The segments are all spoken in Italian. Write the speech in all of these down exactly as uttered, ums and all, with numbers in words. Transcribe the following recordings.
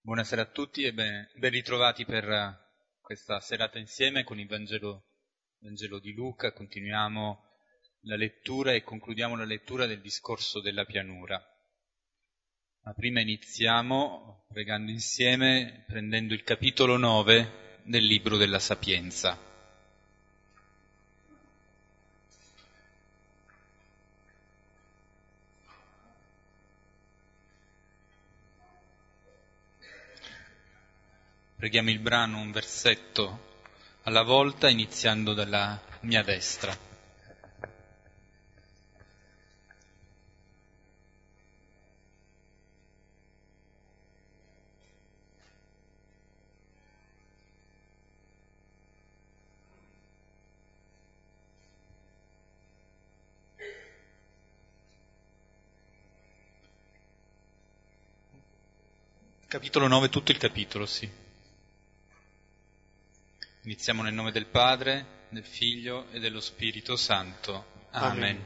Buonasera a tutti e ben, ben ritrovati per questa serata insieme con il Vangelo, Vangelo di Luca. Continuiamo la lettura e concludiamo la lettura del discorso della pianura. Ma prima iniziamo pregando insieme, prendendo il capitolo nove del libro della Sapienza. Preghiamo il brano un versetto alla volta, iniziando dalla mia destra. Capitolo nove, tutto il capitolo, sì. Iniziamo nel nome del Padre, del Figlio e dello Spirito Santo. Amen. Amen.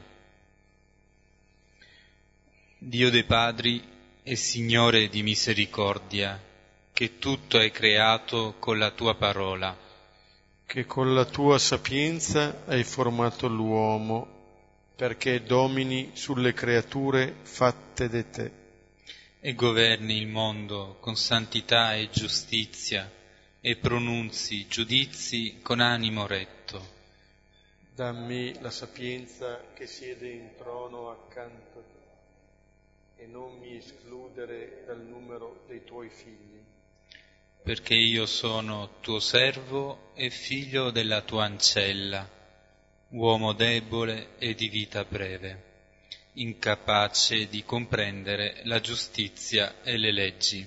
Dio dei Padri e Signore di misericordia, che tutto hai creato con la tua parola, che con la tua sapienza hai formato l'uomo, perché domini sulle creature fatte da te. E governi il mondo con santità e giustizia, e pronunzi giudizi con animo retto. Dammi la sapienza che siede in trono accanto a te, e non mi escludere dal numero dei tuoi figli. Perché io sono tuo servo e figlio della tua ancella, uomo debole e di vita breve, incapace di comprendere la giustizia e le leggi.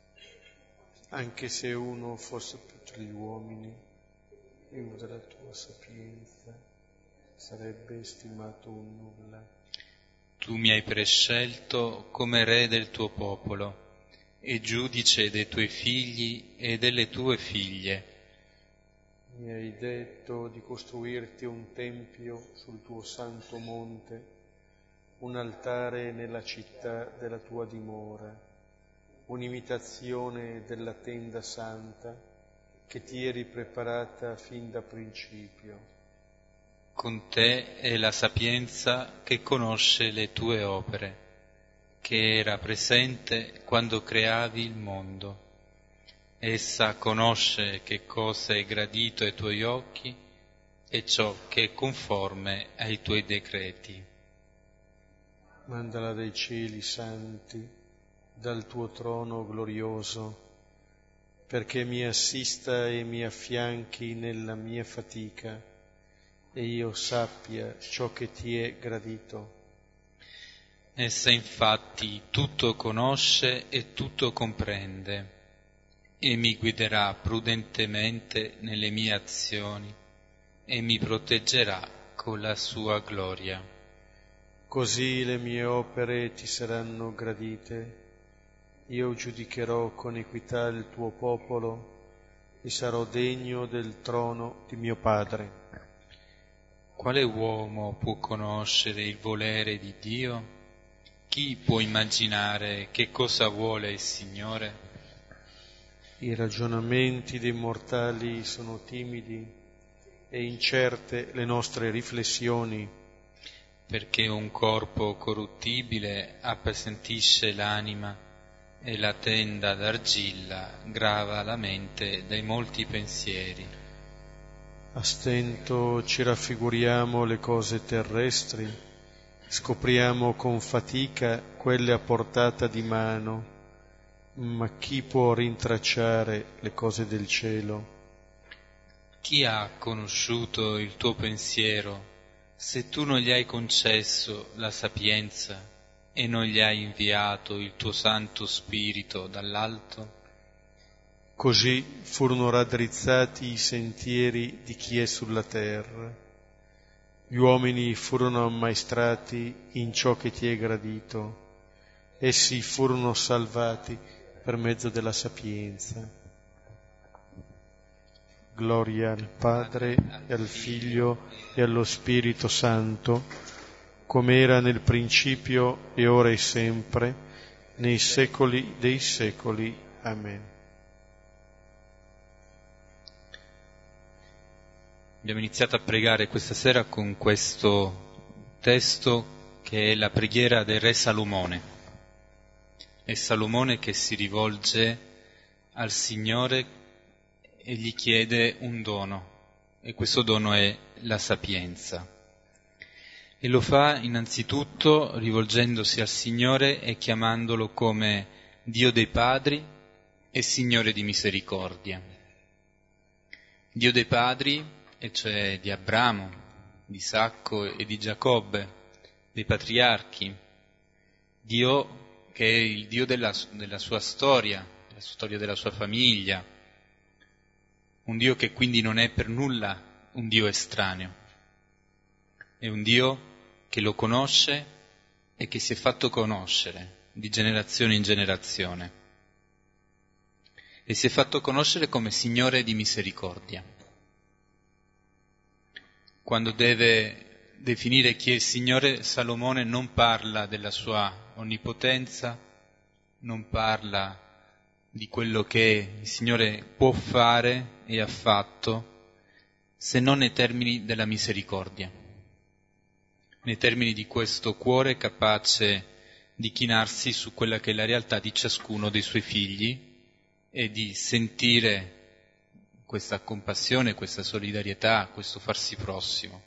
Anche se uno fosse più tra gli uomini, prima della tua sapienza sarebbe stimato un nulla. Tu mi hai prescelto come re del tuo popolo e giudice dei tuoi figli e delle tue figlie. Mi hai detto di costruirti un tempio sul tuo santo monte, un altare nella città della tua dimora, un'imitazione della tenda santa che ti eri preparata fin da principio. Con te è la sapienza che conosce le tue opere, che era presente quando creavi il mondo. Essa conosce che cosa è gradito ai tuoi occhi e ciò che è conforme ai tuoi decreti. Mandala dai cieli santi, dal tuo trono glorioso, perché mi assista e mi affianchi nella mia fatica, e io sappia ciò che ti è gradito. Essa infatti tutto conosce e tutto comprende, e mi guiderà prudentemente nelle mie azioni, e mi proteggerà con la sua gloria. Così le mie opere ti saranno gradite. Io giudicherò con equità il tuo popolo e sarò degno del trono di mio Padre. Quale uomo può conoscere il volere di Dio? Chi può immaginare che cosa vuole il Signore? I ragionamenti dei mortali sono timidi e incerte le nostre riflessioni, perché un corpo corruttibile appesantisce l'anima e la tenda d'argilla grava la mente dai molti pensieri. A stento ci raffiguriamo le cose terrestri, scopriamo con fatica quelle a portata di mano, ma chi può rintracciare le cose del cielo? Chi ha conosciuto il tuo pensiero, se tu non gli hai concesso la sapienza e non gli hai inviato il tuo Santo Spirito dall'alto? Così furono raddrizzati i sentieri di chi è sulla terra. Gli uomini furono ammaestrati in ciò che ti è gradito. Essi furono salvati per mezzo della sapienza. Gloria al Padre, e al Figlio e allo Spirito Santo, come era nel principio e ora e sempre, nei secoli dei secoli. Amen. Abbiamo iniziato a pregare questa sera con questo testo che è la preghiera del re Salomone. È Salomone che si rivolge al Signore e gli chiede un dono, e questo dono è la sapienza. E lo fa innanzitutto rivolgendosi al Signore e chiamandolo come Dio dei padri e Signore di misericordia. Dio dei padri, e cioè di Abramo, di Isacco e di Giacobbe, dei patriarchi, Dio che è il Dio della, della sua storia, della storia della sua famiglia, un Dio che quindi non è per nulla un Dio estraneo, è un Dio che lo conosce e che si è fatto conoscere di generazione in generazione, e si è fatto conoscere come Signore di misericordia. Quando deve definire chi è il Signore, Salomone non parla della sua onnipotenza, non parla di quello che il Signore può fare e ha fatto, se non nei termini della misericordia, nei termini di questo cuore capace di chinarsi su quella che è la realtà di ciascuno dei suoi figli e di sentire questa compassione, questa solidarietà, questo farsi prossimo.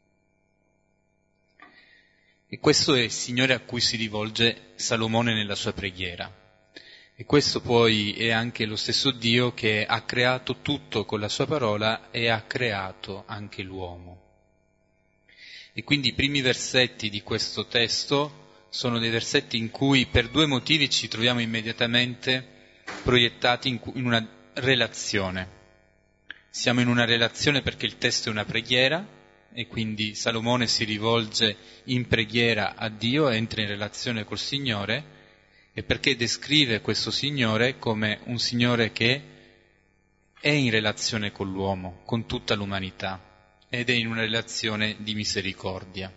E questo è il Signore a cui si rivolge Salomone nella sua preghiera. E questo poi è anche lo stesso Dio che ha creato tutto con la sua parola e ha creato anche l'uomo. E quindi i primi versetti di questo testo sono dei versetti in cui per due motivi ci troviamo immediatamente proiettati in, in una relazione. Siamo in una relazione perché il testo è una preghiera e quindi Salomone si rivolge in preghiera a Dio, entra in relazione col Signore, e perché descrive questo Signore come un Signore che è in relazione con l'uomo, con tutta l'umanità, ed è in una relazione di misericordia.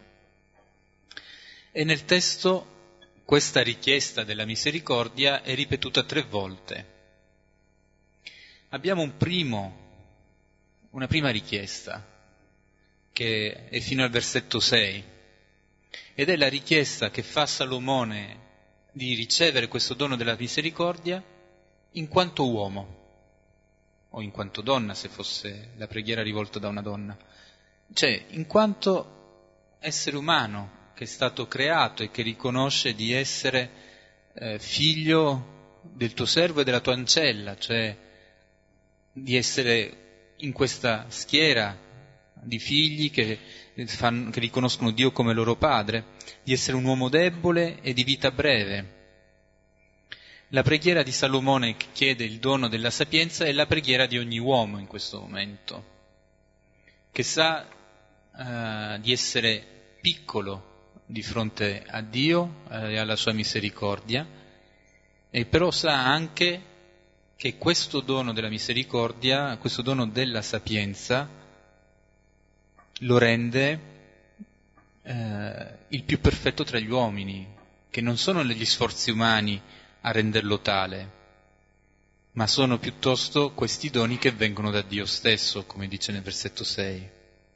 E nel testo questa richiesta della misericordia è ripetuta tre volte. Abbiamo un primo, una prima richiesta, che è fino al versetto sei, ed è la richiesta che fa Salomone di ricevere questo dono della misericordia in quanto uomo, o in quanto donna, se fosse la preghiera rivolta da una donna, cioè in quanto essere umano che è stato creato e che riconosce di essere eh, figlio del tuo servo e della tua ancella, cioè di essere in questa schiera di figli che, fanno, che riconoscono Dio come loro padre, di essere un uomo debole e di vita breve. La preghiera di Salomone che chiede il dono della sapienza è la preghiera di ogni uomo in questo momento, che sa uh, di essere piccolo di fronte a Dio uh, e alla sua misericordia, e però sa anche che questo dono della misericordia, questo dono della sapienza, lo rende eh, il più perfetto tra gli uomini, che non sono gli sforzi umani a renderlo tale, ma sono piuttosto questi doni che vengono da Dio stesso, come dice nel versetto sei.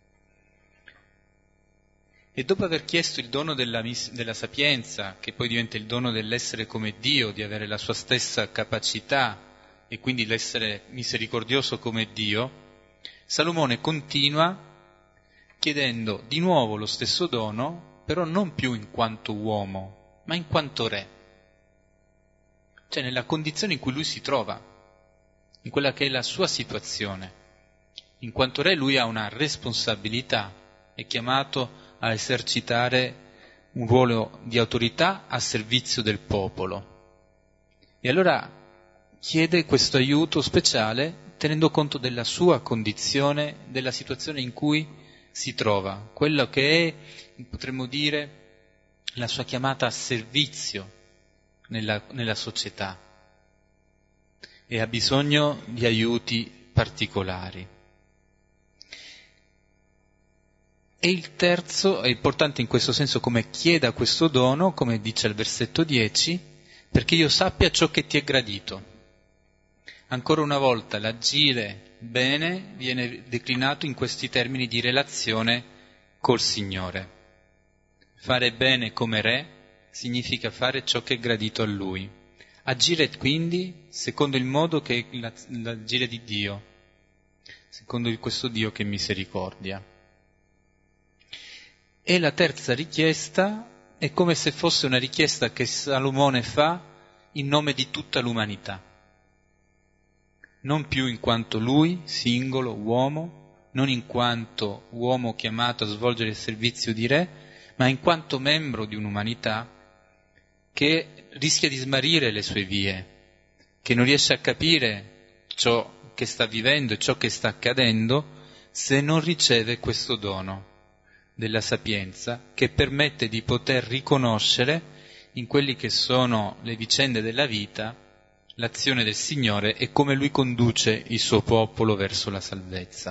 E dopo aver chiesto il dono della, mis- della sapienza, che poi diventa il dono dell'essere come Dio, di avere la sua stessa capacità e quindi l'essere misericordioso come Dio, Salomone continua chiedendo di nuovo lo stesso dono, però non più in quanto uomo, ma in quanto re. Cioè nella condizione in cui lui si trova, in quella che è la sua situazione. In quanto re lui ha una responsabilità, è chiamato a esercitare un ruolo di autorità a servizio del popolo. E allora chiede questo aiuto speciale tenendo conto della sua condizione, della situazione in cui si trova, quello che è, potremmo dire, la sua chiamata a servizio nella, nella società, e ha bisogno di aiuti particolari. E il terzo è importante in questo senso, come chieda questo dono, come dice al versetto dieci, perché io sappia ciò che ti è gradito. Ancora una volta l'agire bene viene declinato in questi termini di relazione col Signore. Fare bene come re significa fare ciò che è gradito a Lui. Agire quindi secondo il modo che è l'agire di Dio, secondo questo Dio che è misericordia. E la terza richiesta è come se fosse una richiesta che Salomone fa in nome di tutta l'umanità. Non più in quanto lui, singolo uomo, non in quanto uomo chiamato a svolgere il servizio di re, ma in quanto membro di un'umanità che rischia di smarrire le sue vie, che non riesce a capire ciò che sta vivendo e ciò che sta accadendo se non riceve questo dono della sapienza che permette di poter riconoscere in quelli che sono le vicende della vita l'azione del Signore e come Lui conduce il suo popolo verso la salvezza.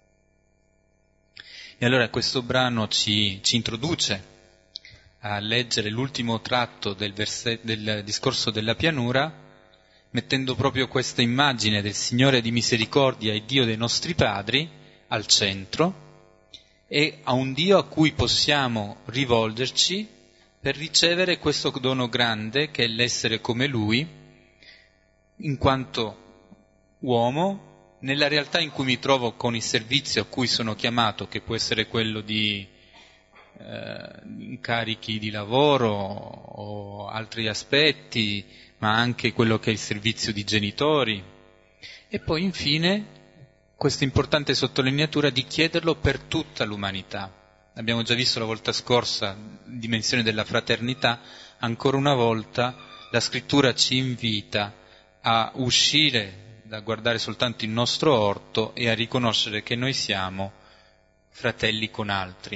E allora questo brano ci, ci introduce a leggere l'ultimo tratto del, verset, del discorso della pianura, mettendo proprio questa immagine del Signore di misericordia e Dio dei nostri padri al centro, e a un Dio a cui possiamo rivolgerci per ricevere questo dono grande che è l'essere come Lui, in quanto uomo, nella realtà in cui mi trovo con il servizio a cui sono chiamato, che può essere quello di eh, incarichi di lavoro o altri aspetti, ma anche quello che è il servizio di genitori. E poi infine questa importante sottolineatura di chiederlo per tutta l'umanità. Abbiamo già visto la volta scorsa, dimensione della fraternità, ancora una volta la Scrittura ci invita a uscire da guardare soltanto il nostro orto e a riconoscere che noi siamo fratelli con altri.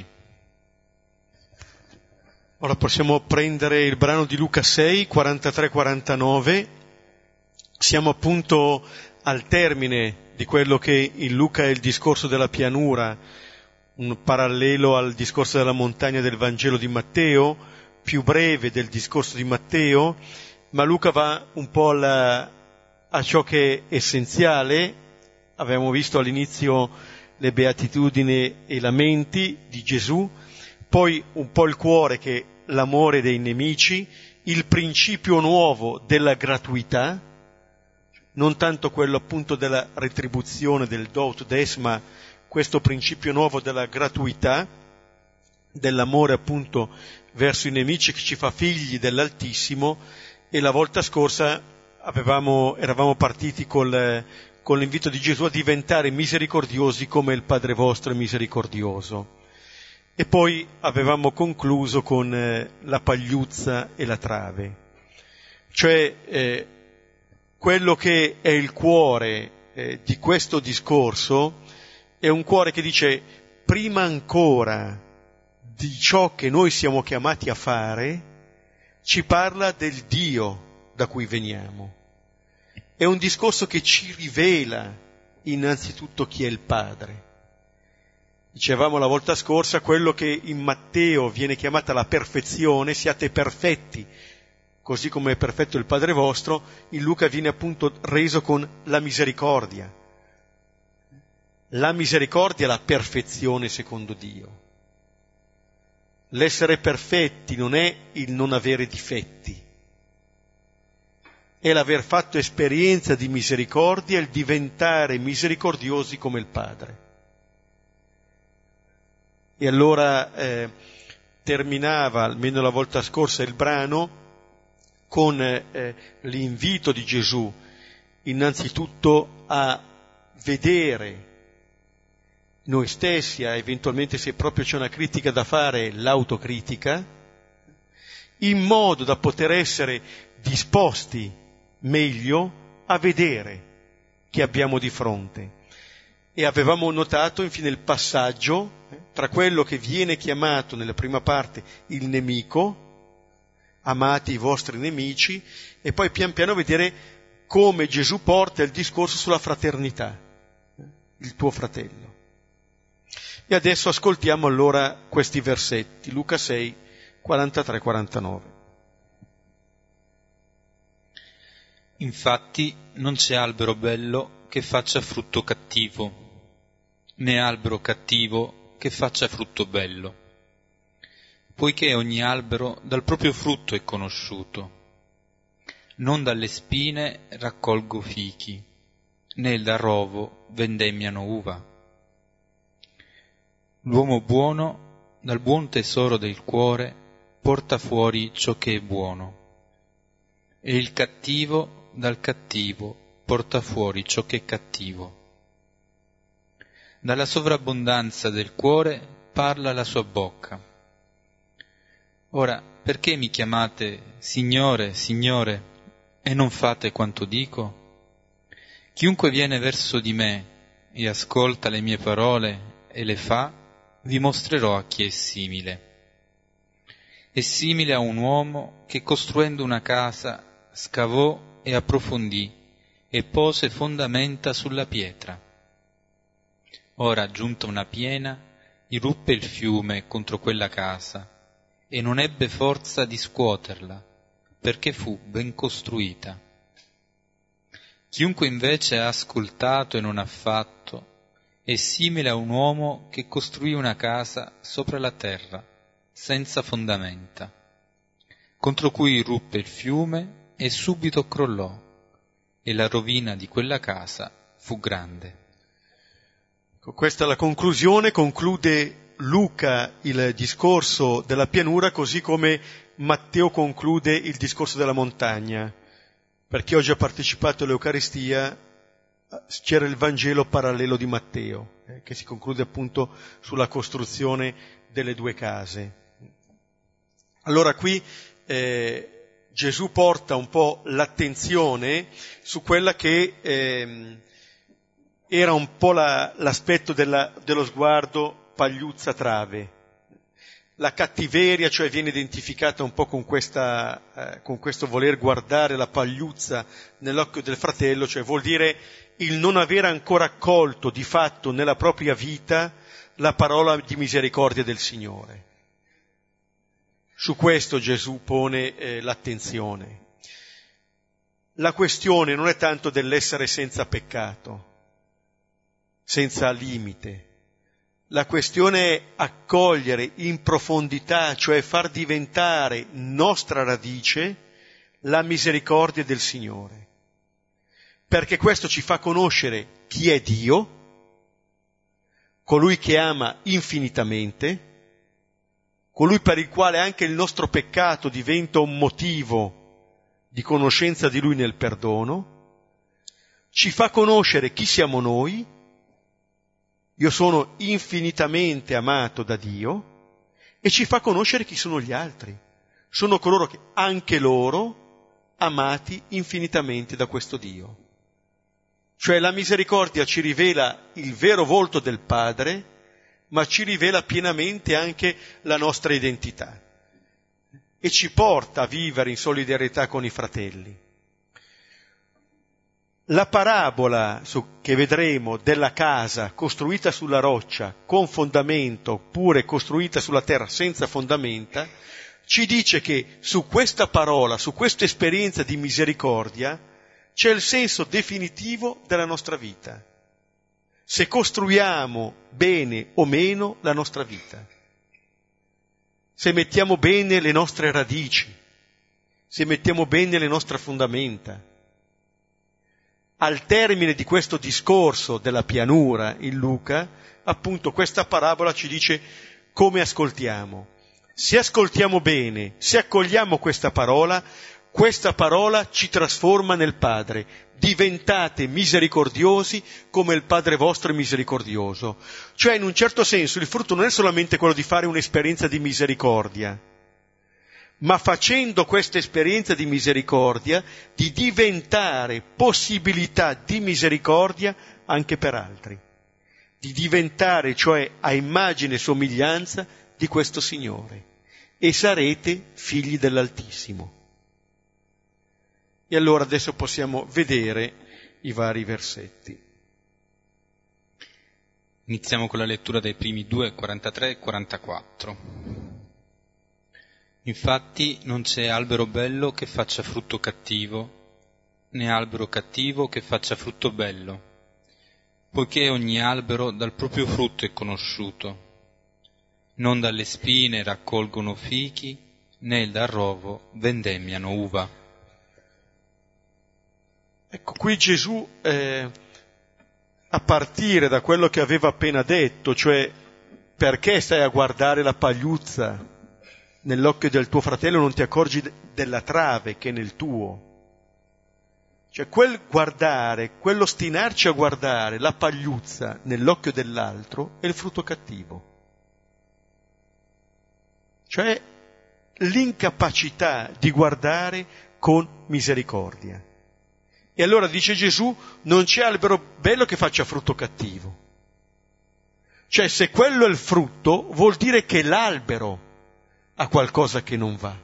Ora possiamo prendere il brano di Luca sei, quarantatré quarantanove. Siamo appunto al termine di quello che in Luca è il discorso della pianura, un parallelo al discorso della montagna del Vangelo di Matteo, più breve del discorso di Matteo, ma Luca va un po' alla, a ciò che è essenziale. Avevamo visto all'inizio le beatitudini e i lamenti di Gesù, poi un po' il cuore che è l'amore dei nemici, il principio nuovo della gratuità, non tanto quello appunto della retribuzione, del do ut des, ma questo principio nuovo della gratuità, dell'amore appunto verso i nemici che ci fa figli dell'Altissimo. E la volta scorsa avevamo, eravamo partiti col, con l'invito di Gesù a diventare misericordiosi come il Padre vostro è misericordioso. E poi avevamo concluso con eh, la pagliuzza e la trave, cioè eh, quello che è il cuore eh, di questo discorso è un cuore che dice: prima ancora di ciò che noi siamo chiamati a fare, ci parla del Dio da cui veniamo. È un discorso che ci rivela innanzitutto chi è il Padre. Dicevamo la volta scorsa, quello che in Matteo viene chiamata la perfezione, siate perfetti, così come è perfetto il Padre vostro, in Luca viene appunto reso con la misericordia. La misericordia è la perfezione secondo Dio. L'essere perfetti non è il non avere difetti, è l'aver fatto esperienza di misericordia, il diventare misericordiosi come il Padre. E allora eh, terminava, almeno la volta scorsa, il brano con eh, l'invito di Gesù innanzitutto a vedere noi stessi, a eventualmente, se proprio c'è una critica da fare, l'autocritica, in modo da poter essere disposti meglio a vedere che abbiamo di fronte. E avevamo notato infine il passaggio eh, tra quello che viene chiamato nella prima parte il nemico, amate i vostri nemici, e poi pian piano vedere come Gesù porta il discorso sulla fraternità, eh, il tuo fratello. E adesso ascoltiamo allora questi versetti, Luca sei, quarantatré quarantanove. Infatti non c'è albero bello che faccia frutto cattivo, né albero cattivo che faccia frutto bello, poiché ogni albero dal proprio frutto è conosciuto. Non dalle spine raccolgo fichi, né dal rovo vendemmiano uva. L'uomo buono dal buon tesoro del cuore porta fuori ciò che è buono, e il cattivo dal cattivo porta fuori ciò che è cattivo. Dalla sovrabbondanza del cuore parla la sua bocca. Ora, perché mi chiamate Signore, Signore, e non fate quanto dico? Chiunque viene verso di me e ascolta le mie parole e le fa, vi mostrerò a chi è simile. È simile a un uomo che costruendo una casa scavò e approfondì e pose fondamenta sulla pietra. Ora, giunta una piena, irruppe il fiume contro quella casa e non ebbe forza di scuoterla, perché fu ben costruita. Chiunque invece ha ascoltato e non ha fatto è simile a un uomo che costruì una casa sopra la terra, senza fondamenta, contro cui irruppe il fiume e subito crollò, e la rovina di quella casa fu grande. Questa è la conclusione, conclude Luca il discorso della pianura così come Matteo conclude il discorso della montagna. Per chi oggi ha partecipato all'Eucaristia c'era il Vangelo parallelo di Matteo, eh, che si conclude appunto sulla costruzione delle due case. Allora qui eh, Gesù porta un po' l'attenzione su quella che eh, era un po' la, l'aspetto della, dello sguardo pagliuzza trave. La cattiveria, cioè, viene identificata un po' con questa, eh, con questo voler guardare la pagliuzza nell'occhio del fratello, cioè vuol dire il non aver ancora accolto di fatto nella propria vita la parola di misericordia del Signore. Su questo Gesù pone eh, l'attenzione. La questione non è tanto dell'essere senza peccato, senza limite. La questione è accogliere in profondità, cioè far diventare nostra radice la misericordia del Signore. Perché questo ci fa conoscere chi è Dio, colui che ama infinitamente, colui per il quale anche il nostro peccato diventa un motivo di conoscenza di Lui nel perdono, ci fa conoscere chi siamo noi. Io sono infinitamente amato da Dio, e ci fa conoscere chi sono gli altri. Sono coloro che anche loro amati infinitamente da questo Dio. Cioè la misericordia ci rivela il vero volto del Padre, ma ci rivela pienamente anche la nostra identità e ci porta a vivere in solidarietà con i fratelli. La parabola che vedremo della casa costruita sulla roccia con fondamento oppure costruita sulla terra senza fondamenta ci dice che su questa parola, su questa esperienza di misericordia c'è il senso definitivo della nostra vita. Se costruiamo bene o meno la nostra vita, se mettiamo bene le nostre radici, se mettiamo bene le nostre fondamenta. Al termine di questo discorso della pianura in Luca, appunto questa parabola ci dice come ascoltiamo. Se ascoltiamo bene, se accogliamo questa parola, questa parola ci trasforma nel Padre. Diventate misericordiosi come il Padre vostro è misericordioso. Cioè, in un certo senso, il frutto non è solamente quello di fare un'esperienza di misericordia, ma facendo questa esperienza di misericordia, di diventare possibilità di misericordia anche per altri, di diventare cioè a immagine e somiglianza di questo Signore, e sarete figli dell'Altissimo. E allora adesso possiamo vedere i vari versetti. Iniziamo con la lettura dei primi due, quarantatré e quarantaquattro. Infatti non c'è albero bello che faccia frutto cattivo, né albero cattivo che faccia frutto bello, poiché ogni albero dal proprio frutto è conosciuto. Non dalle spine raccolgono fichi, né dal rovo vendemmiano uva. Ecco, qui Gesù, eh, a partire da quello che aveva appena detto, cioè perché stai a guardare la pagliuzza nell'occhio del tuo fratello, non ti accorgi della trave che è nel tuo? Cioè quel guardare, quell'ostinarci a guardare la pagliuzza nell'occhio dell'altro è il frutto cattivo. Cioè l'incapacità di guardare con misericordia. E allora dice Gesù, non c'è albero bello che faccia frutto cattivo. Cioè se quello è il frutto, vuol dire che l'albero ha qualcosa che non va.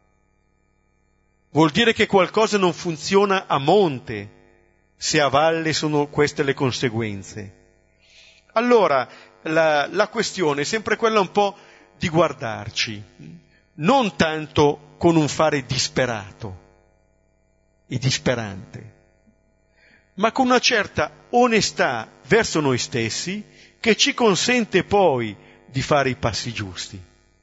Vuol dire che qualcosa non funziona a monte, se a valle sono queste le conseguenze. Allora, la, la questione è sempre quella un po' di guardarci, non tanto con un fare disperato e disperante, ma con una certa onestà verso noi stessi che ci consente poi di fare i passi giusti.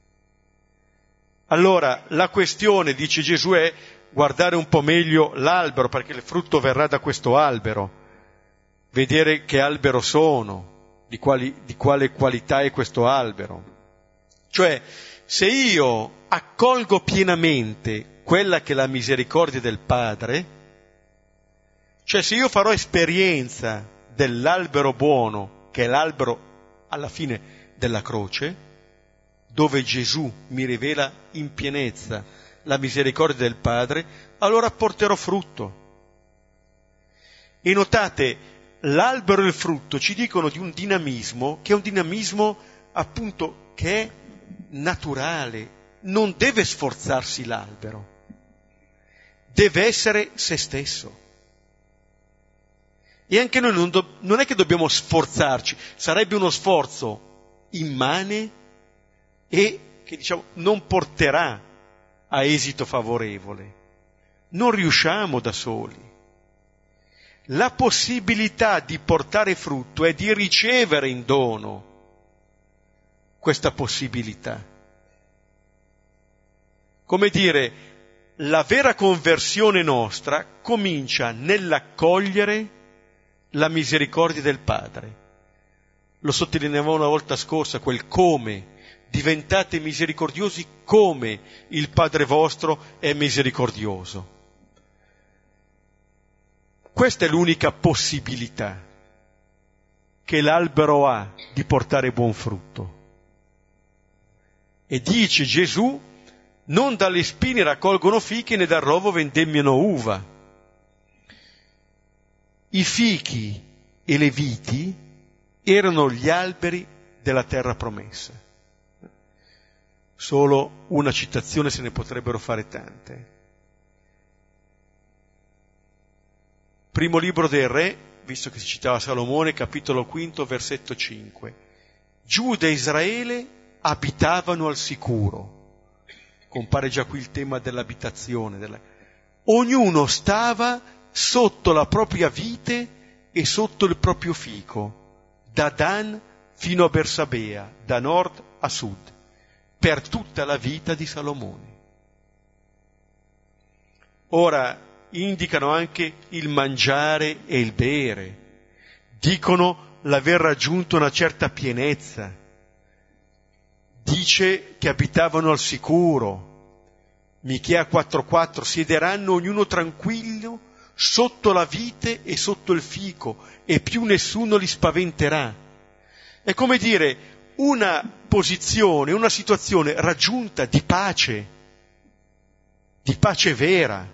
Allora, la questione, dice Gesù, è guardare un po' meglio l'albero, perché il frutto verrà da questo albero, vedere che albero sono, di, quali, di quale qualità è questo albero. Cioè, se io accolgo pienamente quella che è la misericordia del Padre, cioè se io farò esperienza dell'albero buono, che è l'albero alla fine della croce, dove Gesù mi rivela in pienezza la misericordia del Padre, allora porterò frutto. E notate, l'albero e il frutto ci dicono di un dinamismo, che è un dinamismo appunto che è naturale, non deve sforzarsi l'albero, deve essere se stesso. E anche noi non, do, non è che dobbiamo sforzarci, sarebbe uno sforzo immane e che diciamo non porterà a esito favorevole. Non riusciamo da soli. La possibilità di portare frutto è di ricevere in dono questa possibilità. Come dire, la vera conversione nostra comincia nell'accogliere la misericordia del Padre. Lo sottolineavo una volta scorsa, quel come. Diventate misericordiosi come il Padre vostro è misericordioso. Questa è l'unica possibilità che l'albero ha di portare buon frutto. E dice Gesù, non dalle spine raccolgono fichi né dal rovo vendemmiano uva. I fichi e le viti erano gli alberi della terra promessa. Solo una citazione, se ne potrebbero fare tante. Primo libro del Re, visto che si citava Salomone, capitolo quinto, versetto cinque. Giuda e Israele abitavano al sicuro. Compare già qui il tema dell'abitazione. Della... Ognuno stava sotto la propria vite e sotto il proprio fico, da Dan fino a Bersabea, da nord a sud, per tutta la vita di Salomone. Ora indicano anche il mangiare e il bere, dicono l'aver raggiunto una certa pienezza, dice che abitavano al sicuro. Michea quattro quattro, siederanno ognuno tranquillo sotto la vite e sotto il fico, e più nessuno li spaventerà. È come dire una posizione, una situazione raggiunta di pace, di pace vera.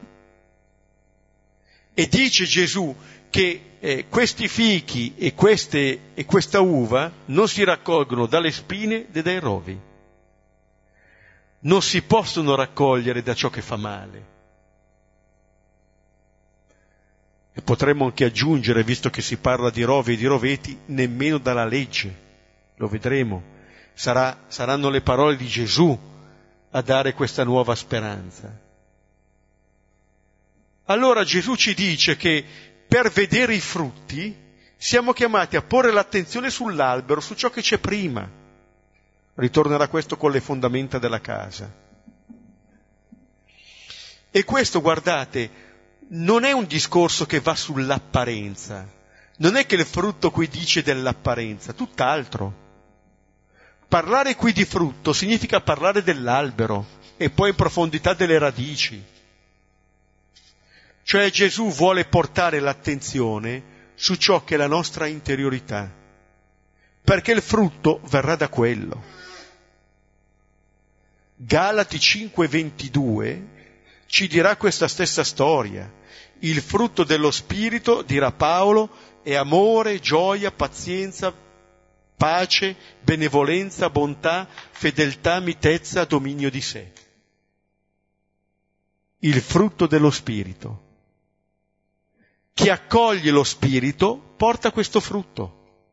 E dice Gesù che eh, questi fichi e, queste, e questa uva non si raccolgono dalle spine né dai rovi. Non si possono raccogliere da ciò che fa male. E potremmo anche aggiungere, visto che si parla di rovi e di roveti, nemmeno dalla legge. Lo vedremo. Sarà, saranno le parole di Gesù a dare questa nuova speranza. Allora Gesù ci dice che per vedere i frutti siamo chiamati a porre l'attenzione sull'albero, su ciò che c'è prima. Ritornerà questo con le fondamenta della casa. E questo, guardate, non è un discorso che va sull'apparenza. Non è che il frutto qui dice dell'apparenza, tutt'altro. Parlare qui di frutto significa parlare dell'albero e poi in profondità delle radici. Cioè Gesù vuole portare l'attenzione su ciò che è la nostra interiorità, perché il frutto verrà da quello. Galati cinque ventidue ci dirà questa stessa storia. Il frutto dello Spirito, dirà Paolo, è amore, gioia, pazienza, pace, benevolenza, bontà, fedeltà, mitezza, dominio di sé. Il frutto dello Spirito. Chi accoglie lo Spirito porta questo frutto.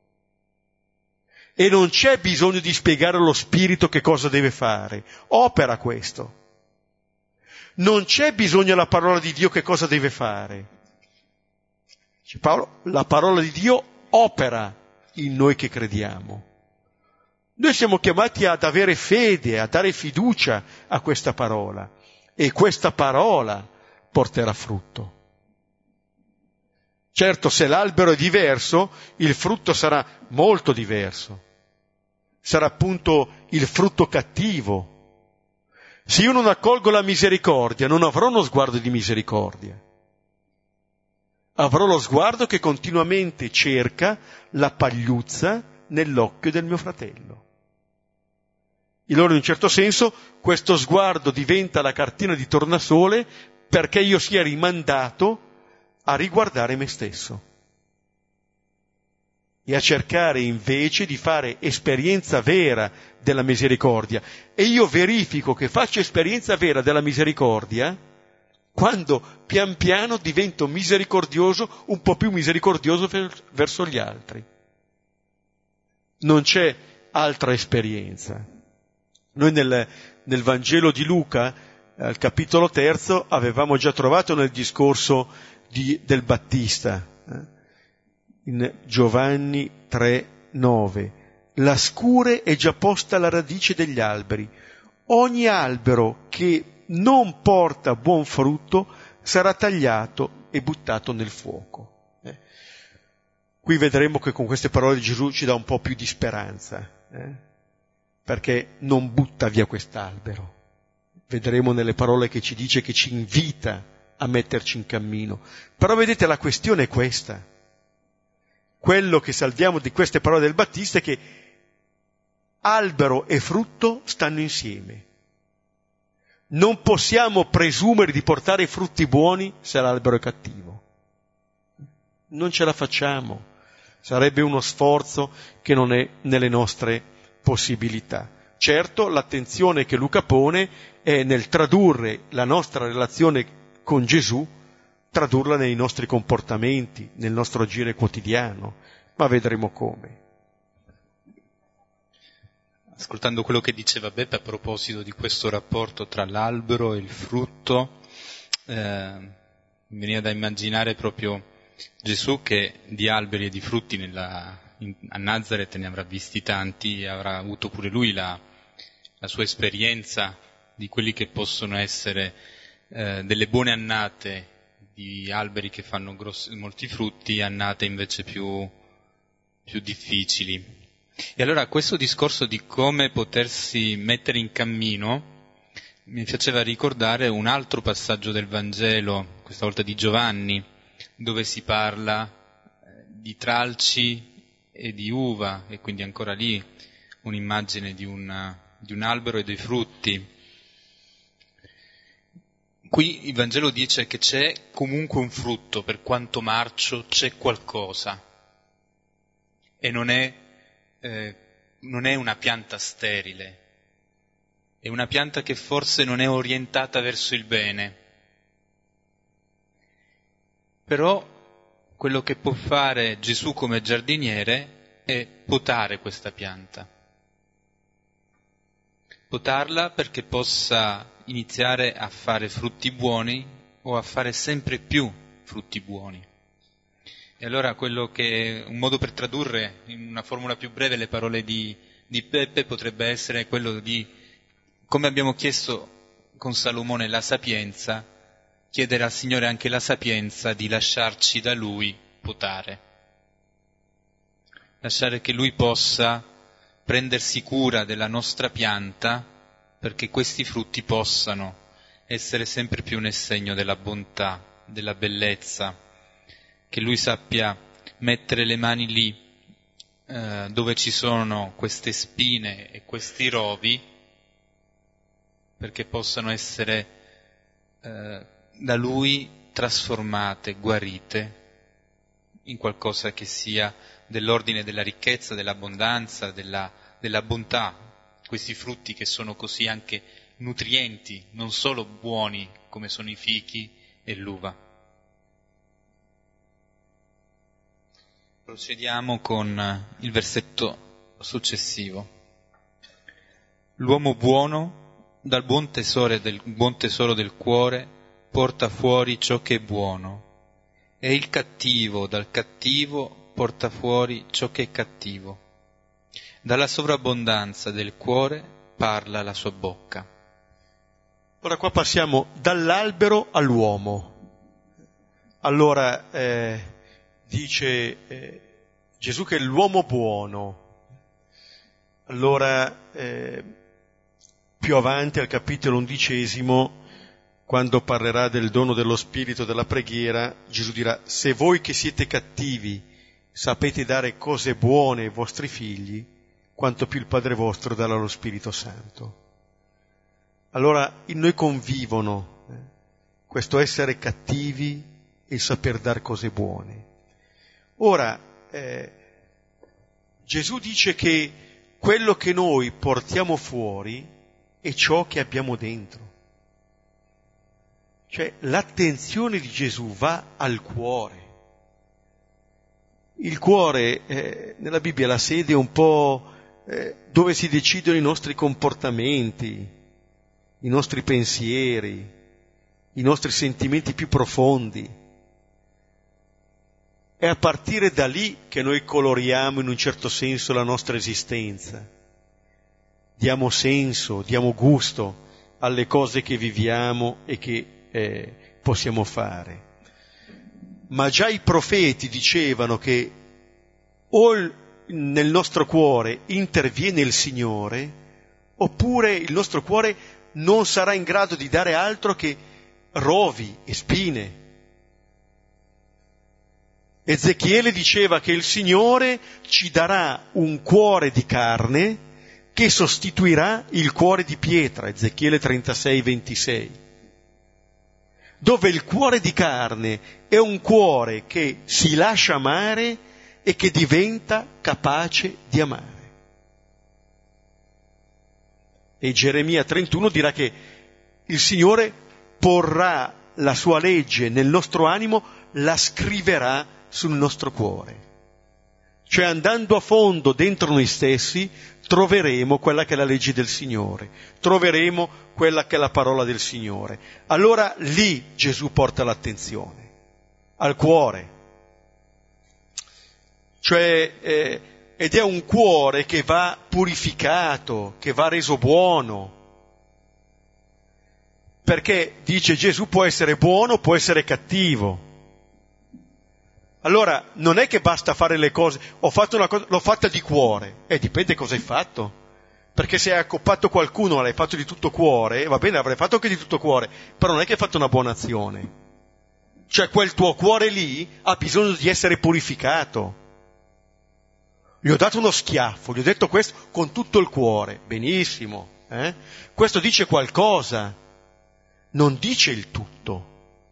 E non c'è bisogno di spiegare allo Spirito che cosa deve fare. Opera questo. Non c'è bisogno alla parola di Dio che cosa deve fare. Dice Paolo, la parola di Dio opera in noi che crediamo. Noi siamo chiamati ad avere fede, a dare fiducia a questa parola. E questa parola porterà frutto. Certo, se l'albero è diverso, il frutto sarà molto diverso. Sarà appunto il frutto cattivo. Se io non accolgo la misericordia, non avrò uno sguardo di misericordia. Avrò lo sguardo che continuamente cerca la pagliuzza nell'occhio del mio fratello. E allora, in un certo senso, questo sguardo diventa la cartina di tornasole perché io sia rimandato a riguardare me stesso e a cercare invece di fare esperienza vera della misericordia. E io verifico che faccio esperienza vera della misericordia quando pian piano divento misericordioso, un po' più misericordioso verso gli altri. Non c'è altra esperienza. Noi nel, nel Vangelo di Luca, al capitolo terzo, avevamo già trovato nel discorso di, del Battista, eh? in Giovanni tre nove, la scure è già posta alla radice degli alberi. Ogni albero che non porta buon frutto sarà tagliato e buttato nel fuoco. Eh? Qui vedremo che con queste parole di Gesù ci dà un po' più di speranza, eh? perché non butta via quest'albero. Vedremo nelle parole che ci dice che ci invita a metterci in cammino. Però vedete, la questione è questa. Quello che salviamo di queste parole del Battista è che albero e frutto stanno insieme. Non possiamo presumere di portare frutti buoni se l'albero è cattivo. Non ce la facciamo. Sarebbe uno sforzo che non è nelle nostre possibilità. Certo, l'attenzione che Luca pone è nel tradurre la nostra relazione con Gesù, tradurla nei nostri comportamenti, nel nostro agire quotidiano, ma vedremo come. Ascoltando quello che diceva Beppe a proposito di questo rapporto tra l'albero e il frutto, eh, mi veniva da immaginare proprio Gesù che di alberi e di frutti nella, in, a Nazareth ne avrà visti tanti e avrà avuto pure lui la, la sua esperienza di quelli che possono essere eh, delle buone annate di alberi che fanno grossi, molti frutti, annate invece più, più difficili. E allora questo discorso di come potersi mettere in cammino mi faceva ricordare un altro passaggio del Vangelo, questa volta di Giovanni, dove si parla di tralci e di uva, e quindi ancora lì un'immagine di un, di un albero e dei frutti. Qui il Vangelo dice che c'è comunque un frutto, per quanto marcio c'è qualcosa, e non è, eh, non è una pianta sterile, è una pianta che forse non è orientata verso il bene. Però quello che può fare Gesù come giardiniere è potare questa pianta. Potarla perché possa iniziare a fare frutti buoni o a fare sempre più frutti buoni. E allora quello che, un modo per tradurre in una formula più breve le parole di, di Peppe potrebbe essere quello di, come abbiamo chiesto con Salomone la sapienza, chiedere al Signore anche la sapienza di lasciarci da Lui potare. Lasciare che Lui possa prendersi cura della nostra pianta perché questi frutti possano essere sempre più nel segno della bontà, della bellezza, che Lui sappia mettere le mani lì eh, dove ci sono queste spine e questi rovi perché possano essere eh, da Lui trasformate, guarite in qualcosa che sia dell'ordine della ricchezza, dell'abbondanza, della, della bontà, questi frutti che sono così anche nutrienti, non solo buoni come sono i fichi e l'uva. Procediamo con il versetto successivo. L'uomo buono, dal buon tesoro del, buon tesoro del cuore, porta fuori ciò che è buono, e il cattivo dal cattivo porta fuori ciò che è cattivo. Dalla sovrabbondanza del cuore parla la sua bocca. Ora qua passiamo dall'albero all'uomo. Allora eh, dice eh, Gesù che è l'uomo buono. Allora eh, più avanti al capitolo undicesimo, quando parlerà del dono dello spirito della preghiera, Gesù dirà: se voi che siete cattivi sapete dare cose buone ai vostri figli, quanto più il Padre vostro darà lo Spirito Santo. Allora in noi convivono eh, questo essere cattivi e il saper dar cose buone. Ora, eh, Gesù dice che quello che noi portiamo fuori è ciò che abbiamo dentro. Cioè l'attenzione di Gesù va al cuore. Il cuore eh, nella Bibbia è la sede un po' eh, dove si decidono i nostri comportamenti, i nostri pensieri, i nostri sentimenti più profondi. È a partire da lì che noi coloriamo in un certo senso la nostra esistenza. Diamo senso, diamo gusto alle cose che viviamo e che eh, possiamo fare. Ma già i profeti dicevano che o nel nostro cuore interviene il Signore, oppure il nostro cuore non sarà in grado di dare altro che rovi e spine. Ezechiele diceva che il Signore ci darà un cuore di carne che sostituirà il cuore di pietra, Ezechiele trentasei ventisei, dove il cuore di carne è un cuore che si lascia amare e che diventa capace di amare. E Geremia trentuno dirà che il Signore porrà la sua legge nel nostro animo, la scriverà sul nostro cuore. Cioè andando a fondo dentro noi stessi troveremo quella che è la legge del Signore, troveremo quella che è la parola del Signore. Allora lì Gesù porta l'attenzione, al cuore. Cioè, eh, ed è un cuore che va purificato, che va reso buono. Perché, dice Gesù, può essere buono, può essere cattivo. Allora, non è che basta fare le cose, ho fatto una cosa, l'ho fatta di cuore, e eh, dipende cosa hai fatto. Perché se hai accoppato qualcuno, l'hai fatto di tutto cuore, va bene, l'avrai fatto anche di tutto cuore, però non è che hai fatto una buona azione. Cioè, quel tuo cuore lì ha bisogno di essere purificato. Gli ho dato uno schiaffo, gli ho detto questo con tutto il cuore, benissimo, eh? Questo dice qualcosa, non dice il tutto.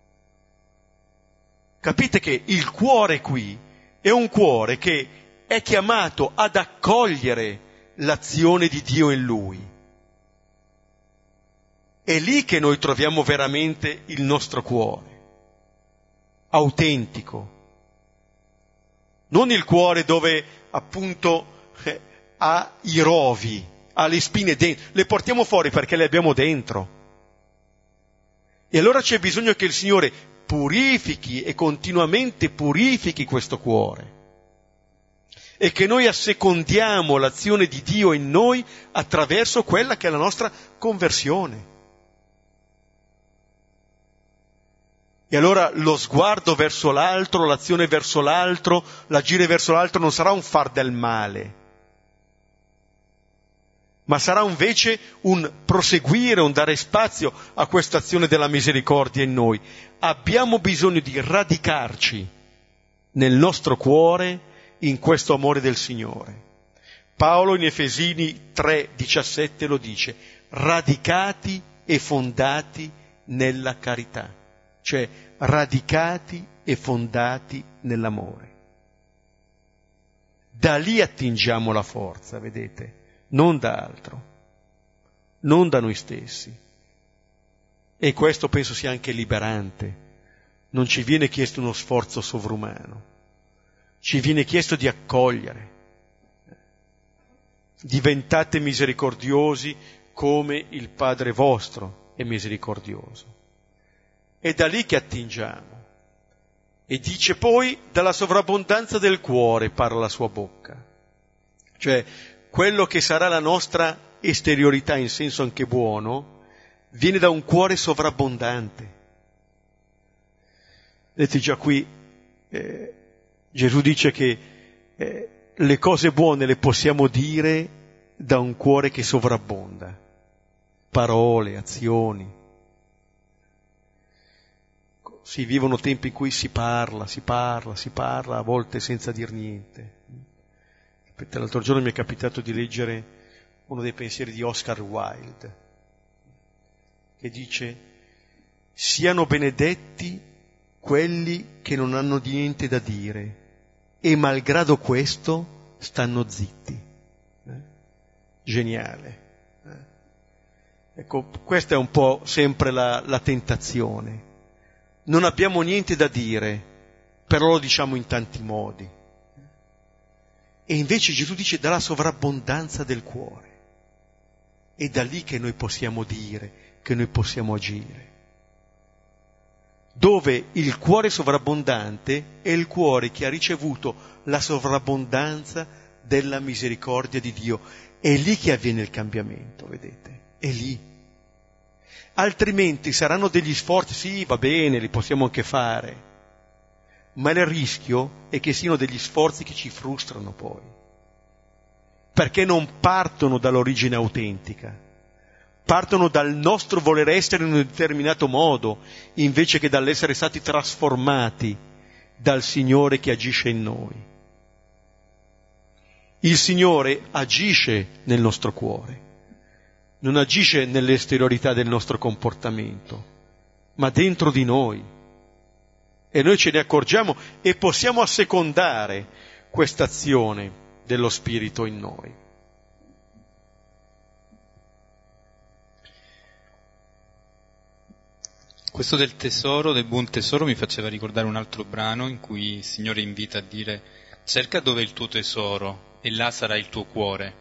Capite che il cuore qui è un cuore che è chiamato ad accogliere l'azione di Dio in lui. È lì che noi troviamo veramente il nostro cuore, autentico. Non il cuore dove appunto eh, ha i rovi, ha le spine dentro, le portiamo fuori perché le abbiamo dentro. E allora c'è bisogno che il Signore purifichi e continuamente purifichi questo cuore e che noi assecondiamo l'azione di Dio in noi attraverso quella che è la nostra conversione. E allora lo sguardo verso l'altro, l'azione verso l'altro, l'agire verso l'altro non sarà un far del male, ma sarà invece un proseguire, un dare spazio a questa azione della misericordia in noi. Abbiamo bisogno di radicarci nel nostro cuore in questo amore del Signore. Paolo in Efesini tre diciassette lo dice: radicati e fondati nella carità, cioè radicati e fondati nell'amore. Da lì attingiamo la forza, vedete? Non da altro, non da noi stessi. E questo penso sia anche liberante. Non ci viene chiesto uno sforzo sovrumano, ci viene chiesto di accogliere. Diventate misericordiosi come il Padre vostro è misericordioso. È da lì che attingiamo. E dice poi, dalla sovrabbondanza del cuore parla la sua bocca. Cioè, quello che sarà la nostra esteriorità in senso anche buono, viene da un cuore sovrabbondante. Vedete già qui, eh, Gesù dice che eh, le cose buone le possiamo dire da un cuore che sovrabbonda. Parole, azioni. Si vivono tempi in cui si parla, si parla, si parla, a volte senza dir niente. L'altro giorno mi è capitato di leggere uno dei pensieri di Oscar Wilde, che dice: siano benedetti quelli che non hanno niente da dire e malgrado questo stanno zitti. Eh? Geniale. Eh? Ecco, questa è un po' sempre la, la tentazione. Non abbiamo niente da dire, però lo diciamo in tanti modi. E invece Gesù dice dalla sovrabbondanza del cuore. È da lì che noi possiamo dire, che noi possiamo agire. Dove il cuore sovrabbondante è il cuore che ha ricevuto la sovrabbondanza della misericordia di Dio. È lì che avviene il cambiamento, vedete? È lì. Altrimenti saranno degli sforzi, sì, va bene, li possiamo anche fare, ma il rischio è che siano degli sforzi che ci frustrano poi, perché non partono dall'origine autentica, partono dal nostro voler essere in un determinato modo, invece che dall'essere stati trasformati dal Signore che agisce in noi. Il Signore agisce nel nostro cuore, non agisce nell'esteriorità del nostro comportamento, ma dentro di noi. E noi ce ne accorgiamo e possiamo assecondare questa azione dello Spirito in noi. Questo del tesoro, del buon tesoro, mi faceva ricordare un altro brano in cui il Signore invita a dire: cerca dove è il tuo tesoro e là sarà il tuo cuore.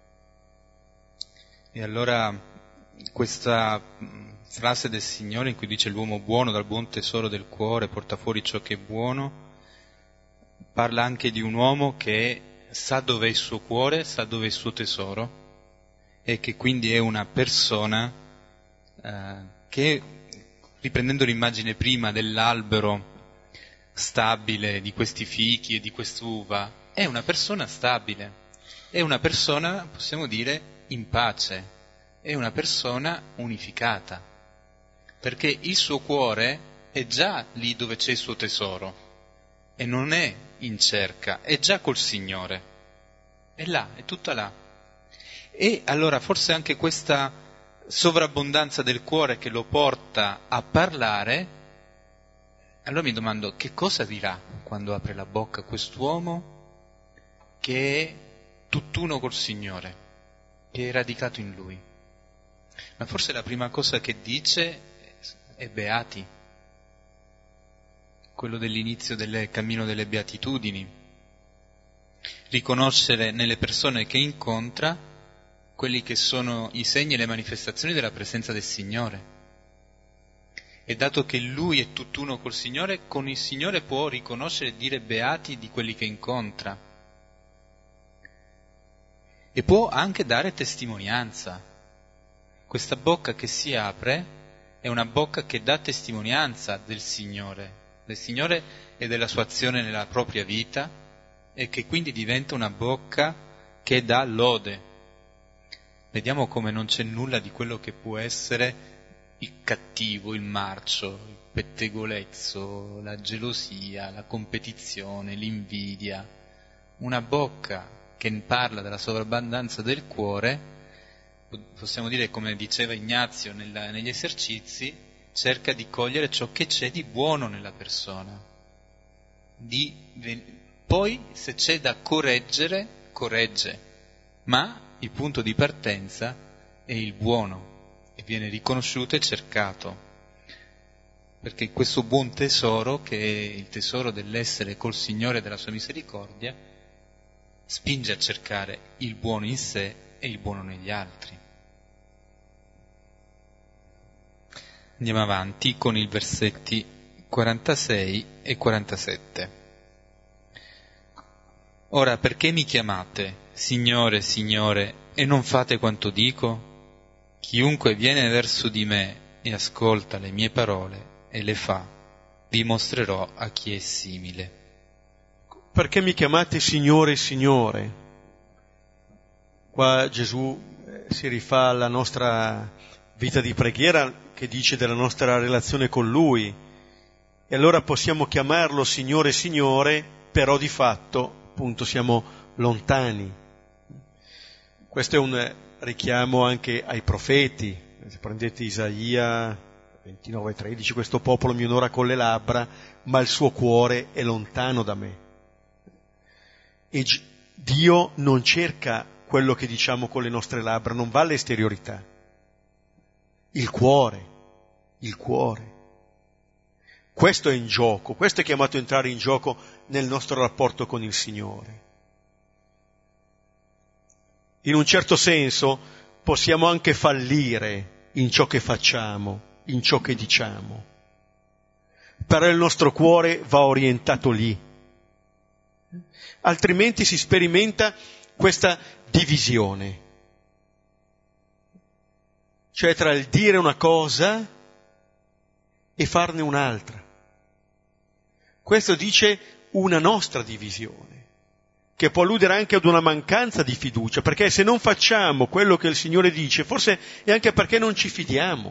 E allora questa frase del Signore in cui dice l'uomo buono dal buon tesoro del cuore porta fuori ciò che è buono, parla anche di un uomo che sa dove è il suo cuore, sa dove è il suo tesoro e che quindi è una persona eh, che, riprendendo l'immagine prima dell'albero stabile, di questi fichi e di quest'uva, è una persona stabile, è una persona, possiamo dire, in pace, è una persona unificata, perché il suo cuore è già lì dove c'è il suo tesoro e non è in cerca, è già col Signore, è là, è tutta là. E allora forse anche questa sovrabbondanza del cuore che lo porta a parlare, allora mi domando che cosa dirà quando apre la bocca quest'uomo che è tutt'uno col Signore, che è radicato in Lui. Ma forse la prima cosa che dice è beati, quello dell'inizio del cammino delle beatitudini, riconoscere nelle persone che incontra quelli che sono i segni e le manifestazioni della presenza del Signore. E dato che lui è tutt'uno col Signore, con il Signore può riconoscere e dire beati di quelli che incontra. E può anche dare testimonianza. Questa bocca che si apre è una bocca che dà testimonianza del Signore, del Signore e della sua azione nella propria vita, e che quindi diventa una bocca che dà lode. Vediamo come non c'è nulla di quello che può essere il cattivo, il marcio, il pettegolezzo, la gelosia, la competizione, l'invidia. Una bocca che parla della sovrabbondanza del cuore, possiamo dire, come diceva Ignazio nella, negli esercizi, cerca di cogliere ciò che c'è di buono nella persona. Di, poi, se c'è da correggere, corregge, ma il punto di partenza è il buono, e viene riconosciuto e cercato, perché questo buon tesoro, che è il tesoro dell'essere col Signore e della sua misericordia, spinge a cercare il buono in sé e il buono negli altri. Andiamo avanti con i versetti quarantasei e quarantasette. Ora, perché mi chiamate, Signore, Signore, e non fate quanto dico? Chiunque viene verso di me e ascolta le mie parole e le fa, dimostrerò a chi è simile. Perché mi chiamate Signore, Signore? Qua Gesù si rifà alla nostra vita di preghiera, che dice della nostra relazione con Lui, e allora possiamo chiamarlo Signore, Signore, però di fatto appunto siamo lontani. Questo è un richiamo anche ai profeti. Se prendete Isaia ventinove tredici, questo popolo mi onora con le labbra, ma il suo cuore è lontano da me. E Dio non cerca quello che diciamo con le nostre labbra, non va all'esteriorità. Il cuore, il cuore. Questo è in gioco, questo è chiamato a entrare in gioco nel nostro rapporto con il Signore. In un certo senso possiamo anche fallire in ciò che facciamo, in ciò che diciamo, però il nostro cuore va orientato lì. Altrimenti si sperimenta questa divisione, cioè tra il dire una cosa e farne un'altra. Questo dice una nostra divisione, che può alludere anche ad una mancanza di fiducia, perché se non facciamo quello che il Signore dice, forse è anche perché non ci fidiamo.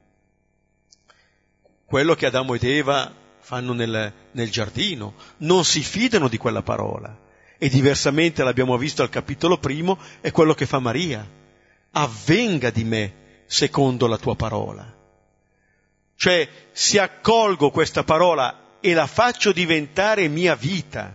Quello che Adamo ed Eva fanno nel, nel giardino, non si fidano di quella parola, e diversamente, l'abbiamo visto al capitolo primo, è quello che fa Maria. Avvenga di me secondo la tua parola. Cioè, se accolgo questa parola e la faccio diventare mia vita,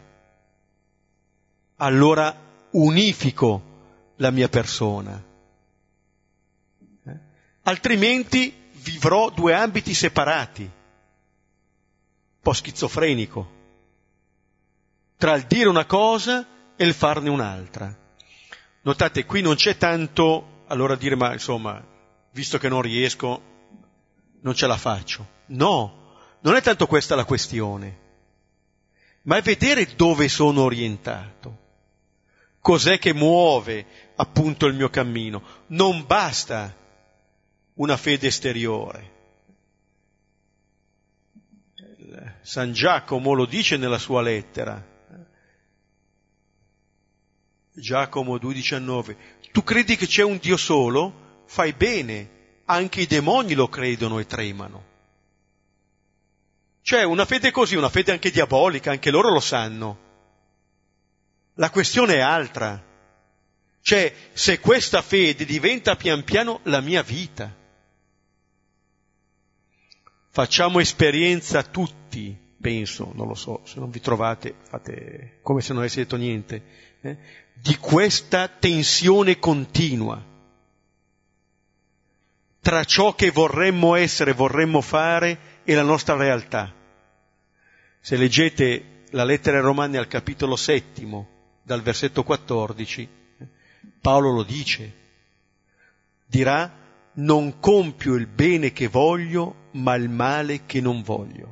allora unifico la mia persona. Eh? Altrimenti vivrò due ambiti separati, un po' schizofrenico, tra il dire una cosa e il farne un'altra. Notate, qui non c'è tanto, allora dire, ma insomma, visto che non riesco, non ce la faccio. No, non è tanto questa la questione, ma è vedere dove sono orientato. Cos'è che muove appunto il mio cammino? Non basta una fede esteriore. San Giacomo lo dice nella sua lettera. Giacomo due diciannove. Tu credi che c'è un Dio solo? Fai bene, anche i demoni lo credono e tremano. Cioè una fede così, una fede anche diabolica, anche loro lo sanno. La questione è altra. Cioè, se questa fede diventa pian piano la mia vita. Facciamo esperienza tutti, penso, non lo so, se non vi trovate, fate come se non avessi detto niente, eh, di questa tensione continua tra ciò che vorremmo essere, vorremmo fare e la nostra realtà. Se leggete la lettera ai Romani al capitolo settimo, dal versetto quattordici, Paolo lo dice, dirà, non compio il bene che voglio, ma il male che non voglio.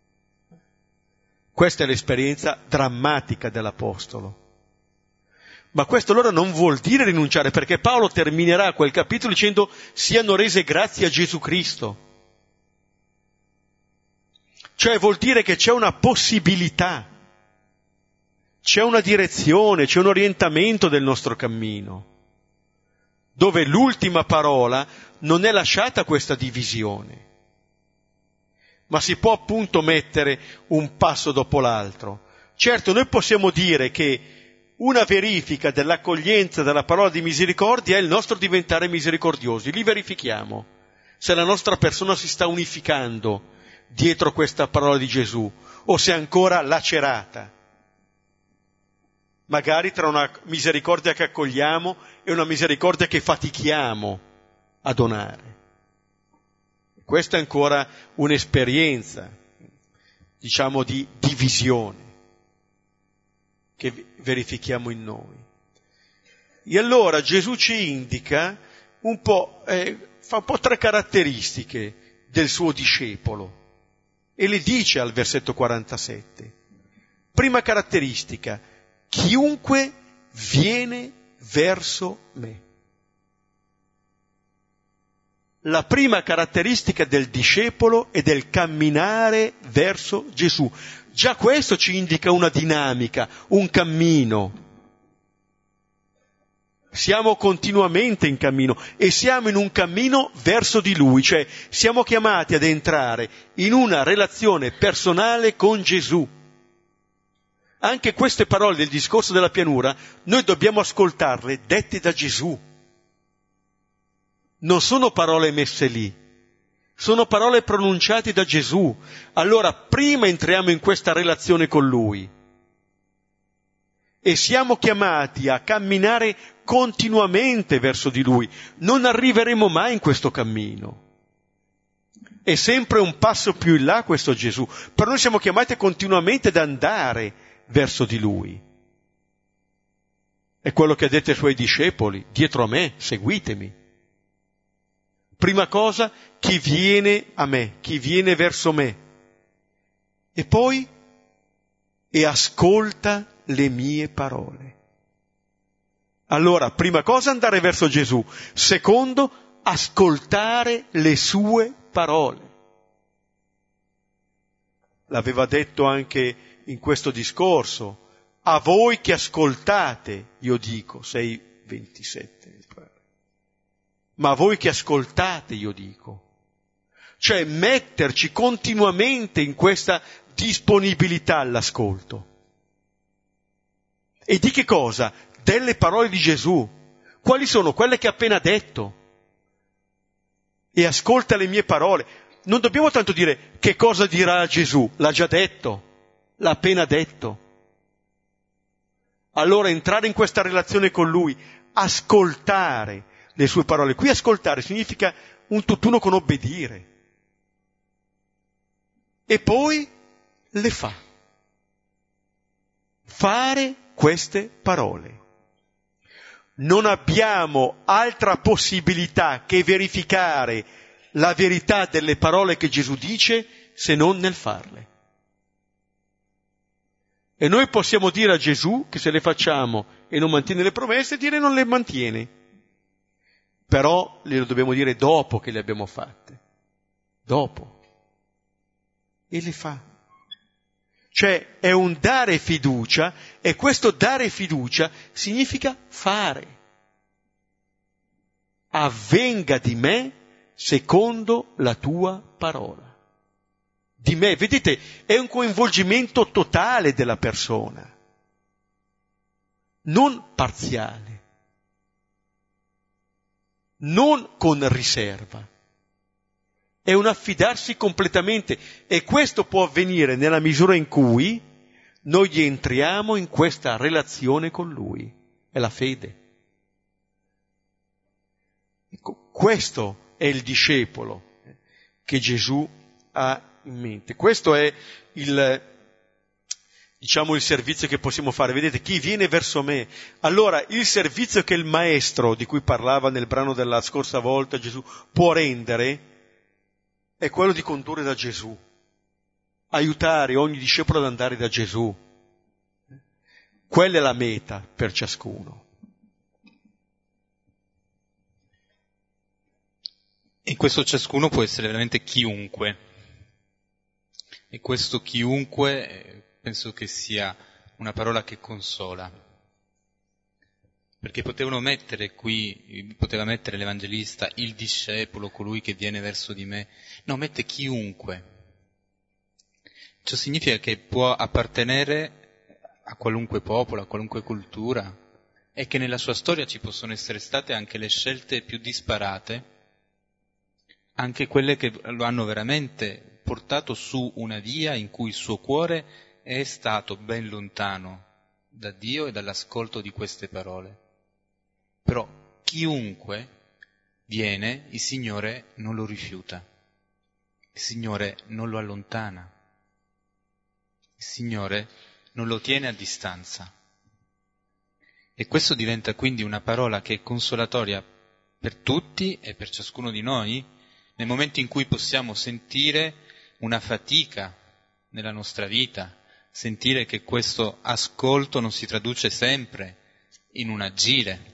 Questa è l'esperienza drammatica dell'Apostolo. Ma questo allora non vuol dire rinunciare, perché Paolo terminerà quel capitolo dicendo siano rese grazie a Gesù Cristo. Cioè vuol dire che c'è una possibilità, c'è una direzione, c'è un orientamento del nostro cammino, dove l'ultima parola non è lasciata a questa divisione, ma si può appunto mettere un passo dopo l'altro. Certo, noi possiamo dire che una verifica dell'accoglienza della parola di misericordia è il nostro diventare misericordiosi. Lì verifichiamo se la nostra persona si sta unificando dietro questa parola di Gesù o se è ancora lacerata, magari tra una misericordia che accogliamo e una misericordia che fatichiamo a donare. Questa è ancora un'esperienza, diciamo, di divisione che verifichiamo in noi. E allora Gesù ci indica un po', eh, fa un po' tre caratteristiche del suo discepolo e le dice al versetto quarantasette. Prima caratteristica: chiunque viene verso me. La prima caratteristica del discepolo è del camminare verso Gesù. Già questo ci indica una dinamica, un cammino. Siamo continuamente in cammino e siamo in un cammino verso di Lui, cioè siamo chiamati ad entrare in una relazione personale con Gesù. Anche queste parole del discorso della pianura noi dobbiamo ascoltarle dette da Gesù. Non sono parole messe lì, sono parole pronunciate da Gesù. Allora prima entriamo in questa relazione con Lui e siamo chiamati a camminare continuamente verso di Lui. Non arriveremo mai in questo cammino. È sempre un passo più in là questo Gesù, però noi siamo chiamati continuamente ad andare verso di Lui. È quello che ha detto ai Suoi discepoli: dietro a me, seguitemi. Prima cosa, chi viene a me, chi viene verso me. E poi, e ascolta le mie parole. Allora, prima cosa, andare verso Gesù. Secondo, ascoltare le sue parole. L'aveva detto anche in questo discorso: a voi che ascoltate, io dico, sei ventisette. Ma a voi che ascoltate, io dico. Cioè metterci continuamente in questa disponibilità all'ascolto. E di che cosa? Delle parole di Gesù. Quali sono? Quelle che ha appena detto. E ascolta le mie parole. Non dobbiamo tanto dire che cosa dirà Gesù, l'ha già detto, l'ha appena detto. Allora entrare in questa relazione con Lui, ascoltare le sue parole. Qui ascoltare significa un tutt'uno con obbedire. E poi le fa. Fare queste parole. Non abbiamo altra possibilità che verificare la verità delle parole che Gesù dice se non nel farle. E noi possiamo dire a Gesù che se le facciamo e non mantiene le promesse, dire non le mantiene. Però le dobbiamo dire dopo che le abbiamo fatte. Dopo. E le fa. Cioè è un dare fiducia, e questo dare fiducia significa fare. Avvenga di me secondo la tua parola. Di me, vedete, è un coinvolgimento totale della persona, non parziale. Non con riserva, è un affidarsi completamente, e questo può avvenire nella misura in cui noi entriamo in questa relazione con Lui, è la fede. Ecco, questo è il discepolo che Gesù ha in mente, questo è il, diciamo, il servizio che possiamo fare. Vedete, chi viene verso me. Allora, il servizio che il maestro, di cui parlava nel brano della scorsa volta, Gesù, può rendere, è quello di condurre da Gesù. Aiutare ogni discepolo ad andare da Gesù. Quella è la meta per ciascuno. E questo ciascuno può essere veramente chiunque. E questo chiunque penso che sia una parola che consola. Perché potevano mettere qui, poteva mettere l'Evangelista, il discepolo, colui che viene verso di me. No, mette chiunque. Ciò significa che può appartenere a qualunque popolo, a qualunque cultura, e che nella sua storia ci possono essere state anche le scelte più disparate, anche quelle che lo hanno veramente portato su una via in cui il suo cuore è stato ben lontano da Dio e dall'ascolto di queste parole. Però chiunque viene, il Signore non lo rifiuta, il Signore non lo allontana, il Signore non lo tiene a distanza. E questo diventa quindi una parola che è consolatoria per tutti e per ciascuno di noi, nel momento in cui possiamo sentire una fatica nella nostra vita, sentire che questo ascolto non si traduce sempre in un agire,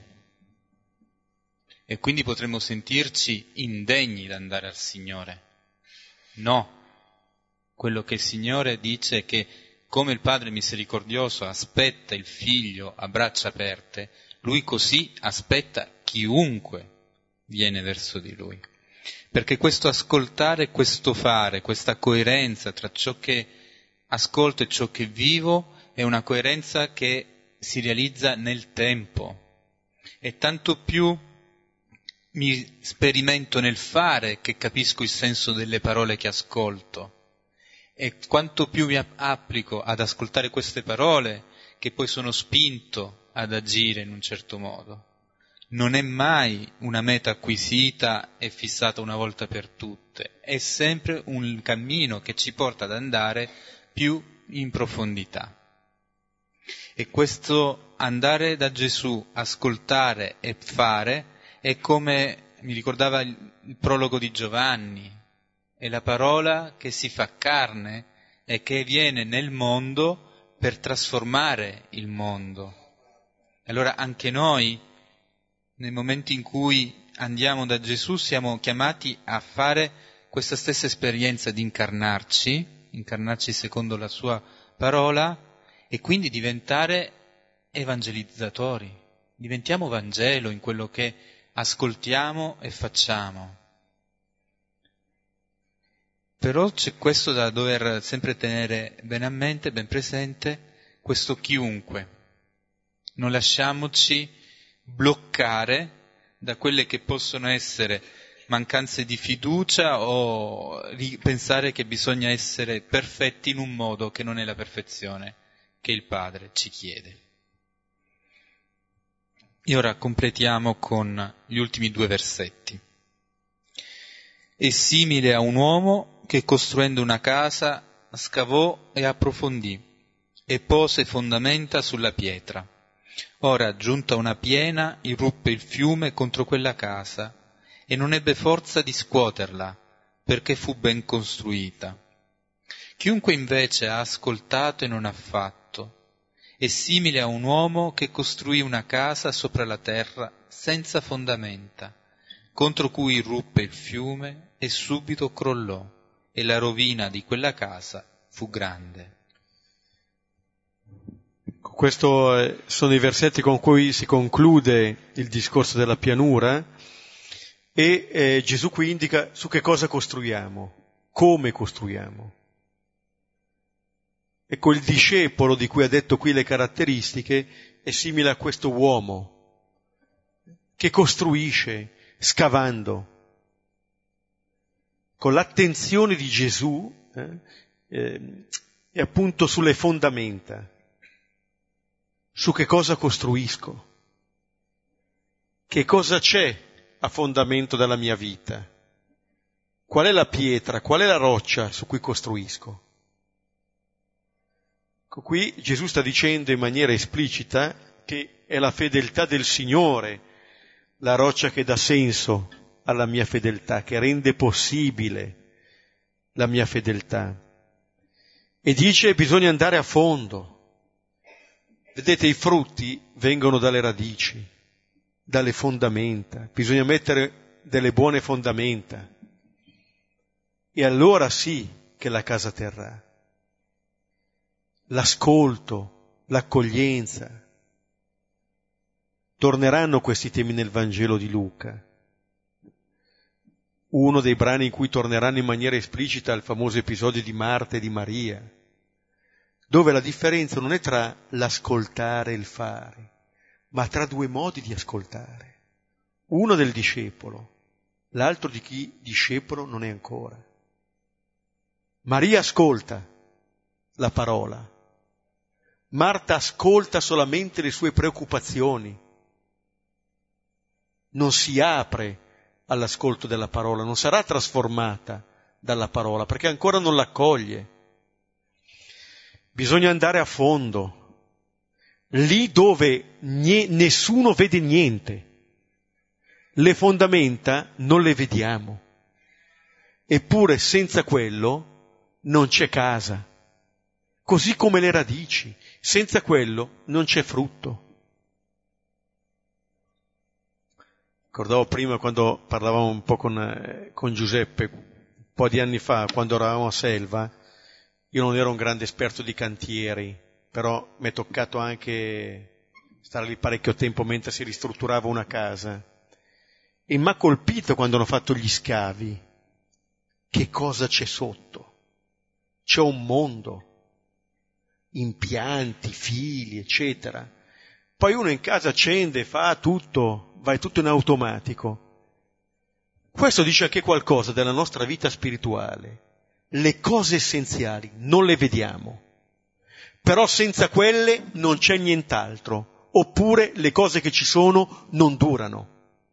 e quindi potremmo sentirci indegni da andare al Signore. No, quello che il Signore dice è che come il Padre misericordioso aspetta il Figlio a braccia aperte, Lui così aspetta chiunque viene verso di Lui. Perché questo ascoltare, questo fare, questa coerenza tra ciò che ascolto e ciò che vivo è una coerenza che si realizza nel tempo. E tanto più mi sperimento nel fare che capisco il senso delle parole che ascolto. E quanto più mi applico ad ascoltare queste parole, che poi sono spinto ad agire in un certo modo. Non è mai una meta acquisita e fissata una volta per tutte, è sempre un cammino che ci porta ad andare più in profondità. E questo andare da Gesù, ascoltare e fare, è come mi ricordava il, il prologo di Giovanni, è la parola che si fa carne e che viene nel mondo per trasformare il mondo. Allora anche noi, nel momento in cui andiamo da Gesù, siamo chiamati a fare questa stessa esperienza di incarnarci, incarnarci secondo la sua parola, e quindi diventare evangelizzatori. Diventiamo Vangelo in quello che ascoltiamo e facciamo. Però c'è questo da dover sempre tenere bene a mente, ben presente, questo chiunque. Non lasciamoci bloccare da quelle che possono essere mancanze di fiducia o pensare che bisogna essere perfetti in un modo che non è la perfezione che il Padre ci chiede. E ora completiamo con gli ultimi due versetti. È simile a un uomo che costruendo una casa scavò e approfondì e pose fondamenta sulla pietra. Ora, giunta una piena, irruppe il fiume contro quella casa e non ebbe forza di scuoterla, perché fu ben costruita. Chiunque invece ha ascoltato e non ha fatto, è simile a un uomo che costruì una casa sopra la terra senza fondamenta, contro cui irruppe il fiume e subito crollò, e la rovina di quella casa fu grande. Questi sono i versetti con cui si conclude il discorso della pianura e eh, Gesù qui indica su che cosa costruiamo, come costruiamo. Ecco, il discepolo di cui ha detto qui le caratteristiche è simile a questo uomo che costruisce scavando. Con l'attenzione di Gesù eh, eh, è appunto sulle fondamenta. Su che cosa costruisco? Che cosa c'è a fondamento della mia vita? Qual è la pietra, qual è la roccia su cui costruisco? Qui Gesù sta dicendo in maniera esplicita che è la fedeltà del Signore la roccia che dà senso alla mia fedeltà, che rende possibile la mia fedeltà. E dice che bisogna andare a fondo. Vedete, i frutti vengono dalle radici, dalle fondamenta. Bisogna mettere delle buone fondamenta. E allora sì che la casa terrà. L'ascolto, l'accoglienza. Torneranno questi temi nel Vangelo di Luca. Uno dei brani in cui torneranno in maniera esplicita il famoso episodio di Marta e di Maria, dove la differenza non è tra l'ascoltare e il fare, ma tra due modi di ascoltare. Uno del discepolo, l'altro di chi discepolo non è ancora. Maria ascolta la parola, Marta ascolta solamente le sue preoccupazioni, non si apre all'ascolto della parola, non sarà trasformata dalla parola, perché ancora non l'accoglie. Bisogna andare a fondo, lì dove nie- nessuno vede niente. Le fondamenta non le vediamo, eppure senza quello non c'è casa, così come le radici, senza quello non c'è frutto. Ricordavo prima quando parlavamo un po' con, eh, con Giuseppe, un po' di anni fa, quando eravamo a Selva. Io non ero un grande esperto di cantieri, però mi è toccato anche stare lì parecchio tempo mentre si ristrutturava una casa. E mi ha colpito quando hanno fatto gli scavi. Che cosa c'è sotto? C'è un mondo, impianti, fili, eccetera. Poi uno in casa accende, fa tutto, va tutto in automatico. Questo dice anche qualcosa della nostra vita spirituale. Le cose essenziali non le vediamo, però senza quelle non c'è nient'altro, oppure le cose che ci sono non durano.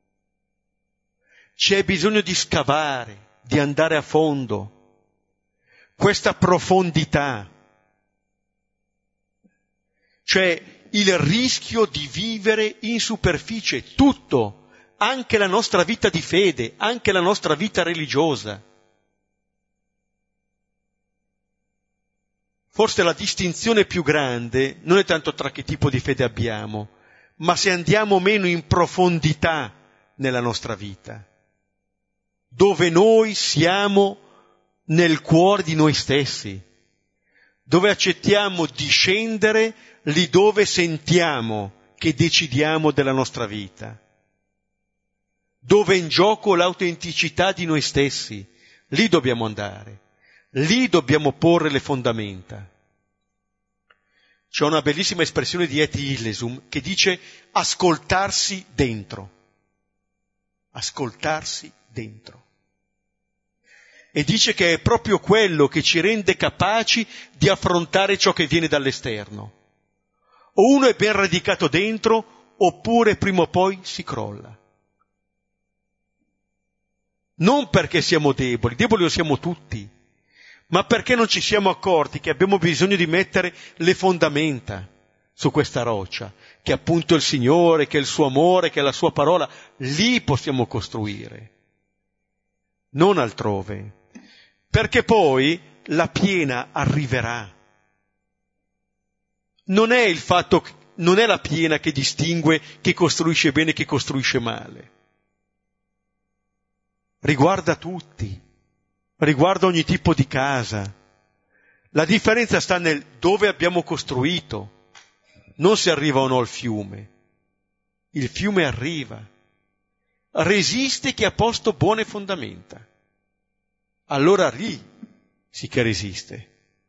C'è bisogno di scavare, di andare a fondo, questa profondità, cioè il rischio di vivere in superficie tutto, anche la nostra vita di fede, anche la nostra vita religiosa. Forse la distinzione più grande non è tanto tra che tipo di fede abbiamo, ma se andiamo meno in profondità nella nostra vita, dove noi siamo nel cuore di noi stessi, dove accettiamo di scendere lì dove sentiamo che decidiamo della nostra vita, dove è in gioco l'autenticità di noi stessi, lì dobbiamo andare. Lì dobbiamo porre le fondamenta. C'è una bellissima espressione di Eti Illesum che dice ascoltarsi dentro. Ascoltarsi dentro. E dice che è proprio quello che ci rende capaci di affrontare ciò che viene dall'esterno. O uno è ben radicato dentro, oppure prima o poi si crolla. Non perché siamo deboli, deboli lo siamo tutti, ma perché non ci siamo accorti che abbiamo bisogno di mettere le fondamenta su questa roccia, che è appunto il Signore, che è il suo amore, che è la sua parola. Lì possiamo costruire, non altrove, perché poi la piena arriverà. Non è il fatto, non è la piena che distingue chi costruisce bene e chi costruisce male. Riguarda tutti. Riguarda ogni tipo di casa. La differenza sta nel dove abbiamo costruito, non se arriva o no al fiume. Il fiume arriva. Resiste chi ha posto buone fondamenta. Allora lì sì che resiste.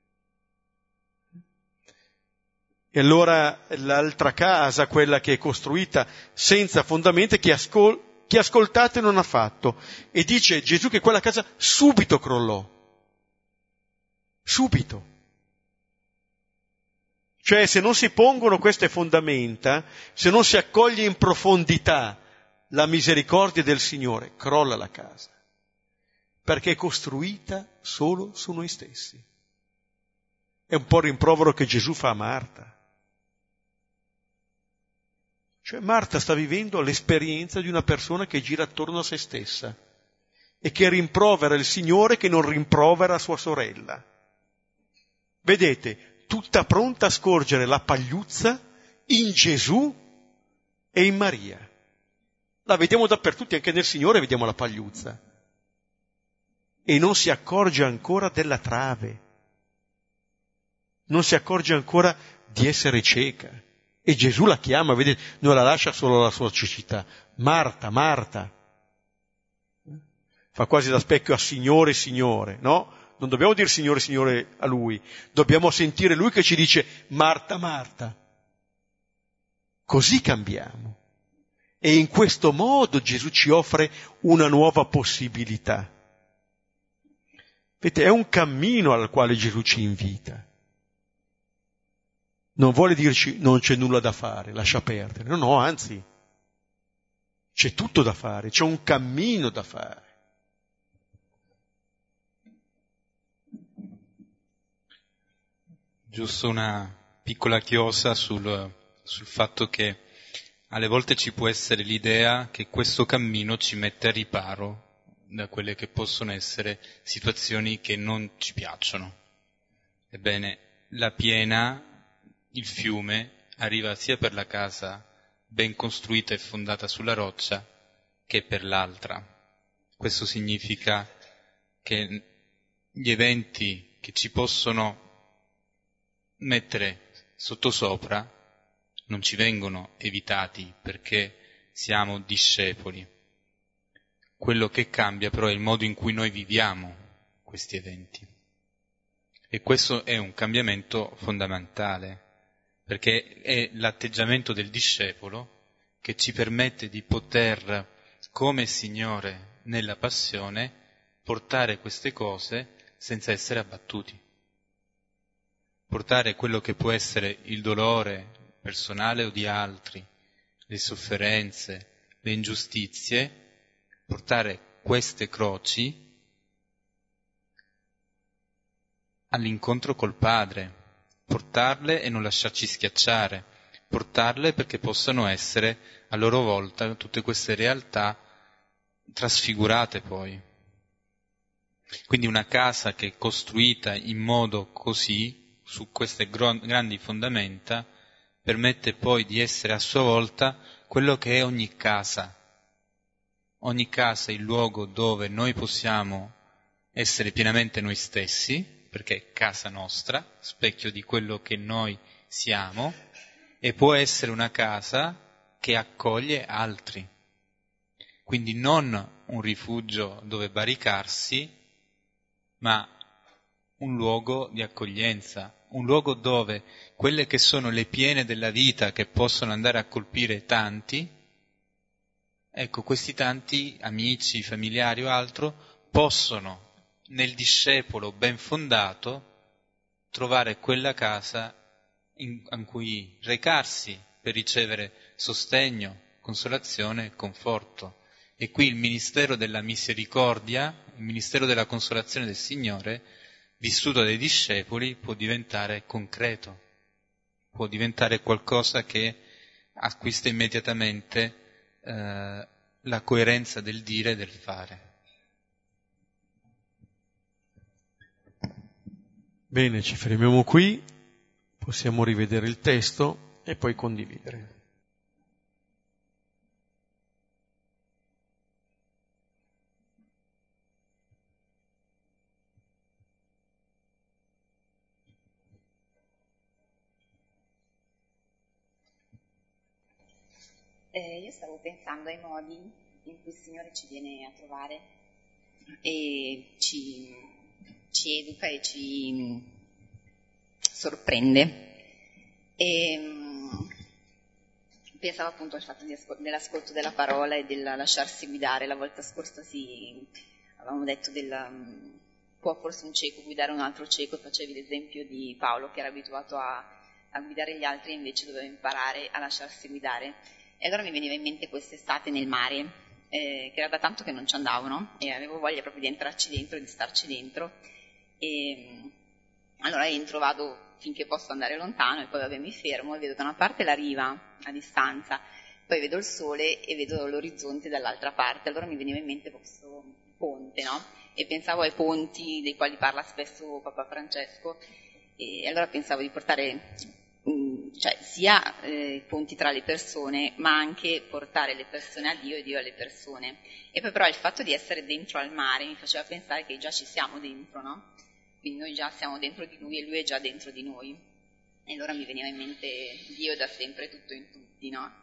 E allora l'altra casa, quella che è costruita senza fondamenta, chi ascolta, Chi ascoltate non ha fatto. E dice Gesù che quella casa subito crollò. Subito. Cioè, se non si pongono queste fondamenta, se non si accoglie in profondità la misericordia del Signore, crolla la casa. Perché è costruita solo su noi stessi. È un po' il rimprovero che Gesù fa a Marta. Cioè Marta sta vivendo l'esperienza di una persona che gira attorno a se stessa e che rimprovera il Signore che non rimprovera sua sorella. Vedete, tutta pronta a scorgere la pagliuzza in Gesù e in Maria. La vediamo dappertutto, anche nel Signore vediamo la pagliuzza. E non si accorge ancora della trave. Non si accorge ancora di essere cieca. E Gesù la chiama, vedete, non la lascia solo alla sua cecità. Marta, Marta. Fa quasi da specchio a Signore, Signore, no? Non dobbiamo dire Signore, Signore a Lui. Dobbiamo sentire Lui che ci dice Marta, Marta. Così cambiamo. E in questo modo Gesù ci offre una nuova possibilità. Vedete, è un cammino al quale Gesù ci invita. Non vuole dirci non c'è nulla da fare, lascia perdere. No, no, anzi, c'è tutto da fare, c'è un cammino da fare. Giusto una piccola chiosa sul, sul fatto che alle volte ci può essere l'idea che questo cammino ci mette a riparo da quelle che possono essere situazioni che non ci piacciono. Ebbene, la piena, il fiume, arriva sia per la casa ben costruita e fondata sulla roccia che per l'altra. Questo significa che gli eventi che ci possono mettere sottosopra non ci vengono evitati perché siamo discepoli. Quello che cambia però è il modo in cui noi viviamo questi eventi. E questo è un cambiamento fondamentale, perché è l'atteggiamento del discepolo che ci permette di poter, come Signore nella passione, portare queste cose senza essere abbattuti. Portare quello che può essere il dolore personale o di altri, le sofferenze, le ingiustizie, portare queste croci all'incontro col Padre, portarle e non lasciarci schiacciare, portarle perché possano essere a loro volta tutte queste realtà trasfigurate poi. Quindi una casa che è costruita in modo così, su queste grandi fondamenta, permette poi di essere a sua volta quello che è ogni casa. Ogni casa è il luogo dove noi possiamo essere pienamente noi stessi, perché è casa nostra, specchio di quello che noi siamo, e può essere una casa che accoglie altri. Quindi non un rifugio dove baricarsi, ma un luogo di accoglienza, un luogo dove quelle che sono le piene della vita che possono andare a colpire tanti, ecco, questi tanti amici, familiari o altro, possono nel discepolo ben fondato trovare quella casa in, in cui recarsi per ricevere sostegno, consolazione e conforto. E qui il ministero della misericordia, il ministero della consolazione del Signore, vissuto dai discepoli, può diventare concreto, può diventare qualcosa che acquista immediatamente eh, la coerenza del dire e del fare. Bene, ci fermiamo qui, possiamo rivedere il testo e poi condividere. Eh, io stavo pensando ai modi in cui il Signore ci viene a trovare e ci, ci educa e ci sorprende. E, um, pensavo appunto al fatto di ascol- dell'ascolto della parola e del lasciarsi guidare. La volta scorsa sì, avevamo detto del um, può forse un cieco guidare un altro cieco, facevi l'esempio di Paolo che era abituato a, a guidare gli altri e invece doveva imparare a lasciarsi guidare. E allora mi veniva in mente quest'estate nel mare, eh, che era da tanto che non ci andavo, no? E avevo voglia proprio di entrarci dentro, di starci dentro. E, Allora entro, vado finché posso andare lontano e poi vabbè mi fermo e vedo da una parte la riva a distanza, poi vedo il sole e vedo l'orizzonte dall'altra parte. Allora mi veniva in mente questo ponte, no? E pensavo ai ponti dei quali parla spesso Papa Francesco, e allora pensavo di portare, cioè, sia eh, ponti tra le persone, ma anche portare le persone a Dio e Dio alle persone. E poi però il fatto di essere dentro al mare mi faceva pensare che già ci siamo dentro, no? Quindi noi già siamo dentro di Lui e Lui è già dentro di noi. E allora mi veniva in mente Dio da sempre tutto in tutti, no?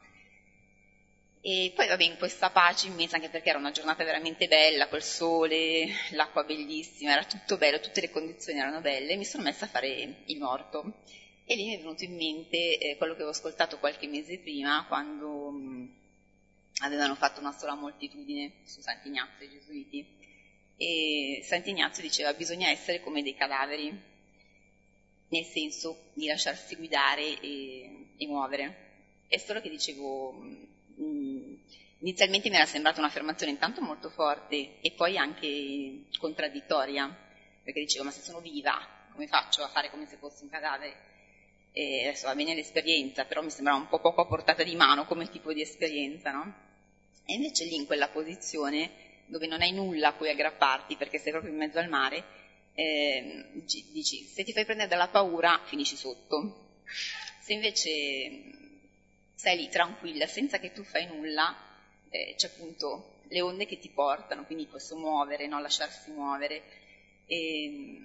E poi vabbè, in questa pace immensa, anche perché era una giornata veramente bella, col sole, l'acqua bellissima, era tutto bello, tutte le condizioni erano belle, mi sono messa a fare il morto. E lì mi è venuto in mente eh, quello che avevo ascoltato qualche mese prima, quando mh, avevano fatto una sola moltitudine su Sant'Ignazio e i Gesuiti. E Sant'Ignazio diceva: bisogna essere come dei cadaveri, nel senso di lasciarsi guidare e, e muovere. È solo che dicevo, mh, inizialmente mi era sembrata un'affermazione intanto molto forte e poi anche contraddittoria, perché dicevo: ma se sono viva, come faccio a fare come se fossi un cadavere? E adesso va bene l'esperienza, però mi sembrava un po' poco a portata di mano come tipo di esperienza, no? E invece lì in quella posizione, dove non hai nulla a cui aggrapparti perché sei proprio in mezzo al mare, eh, dici: se ti fai prendere dalla paura finisci sotto. Se invece sei lì tranquilla senza che tu fai nulla, eh, c'è appunto le onde che ti portano, quindi questo muovere, no? Lasciarsi muovere, e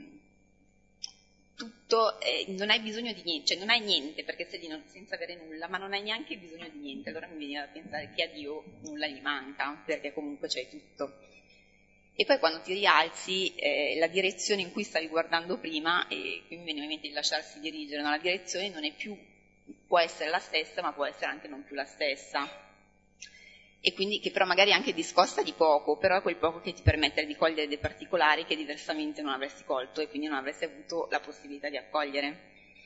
tutto, eh, non hai bisogno di niente, cioè non hai niente perché sei lì non, senza avere nulla, ma non hai neanche bisogno di niente. Allora mi veniva da pensare che a Dio nulla gli manca, perché comunque c'hai tutto. E poi quando ti rialzi, eh, la direzione in cui stavi guardando prima, e qui mi veniva in mente di lasciarsi dirigere, no? La direzione non è più, può essere la stessa, ma può essere anche non più la stessa. E quindi che però magari anche discosta di poco, però è quel poco che ti permette di cogliere dei particolari che diversamente non avresti colto e quindi non avresti avuto la possibilità di accogliere.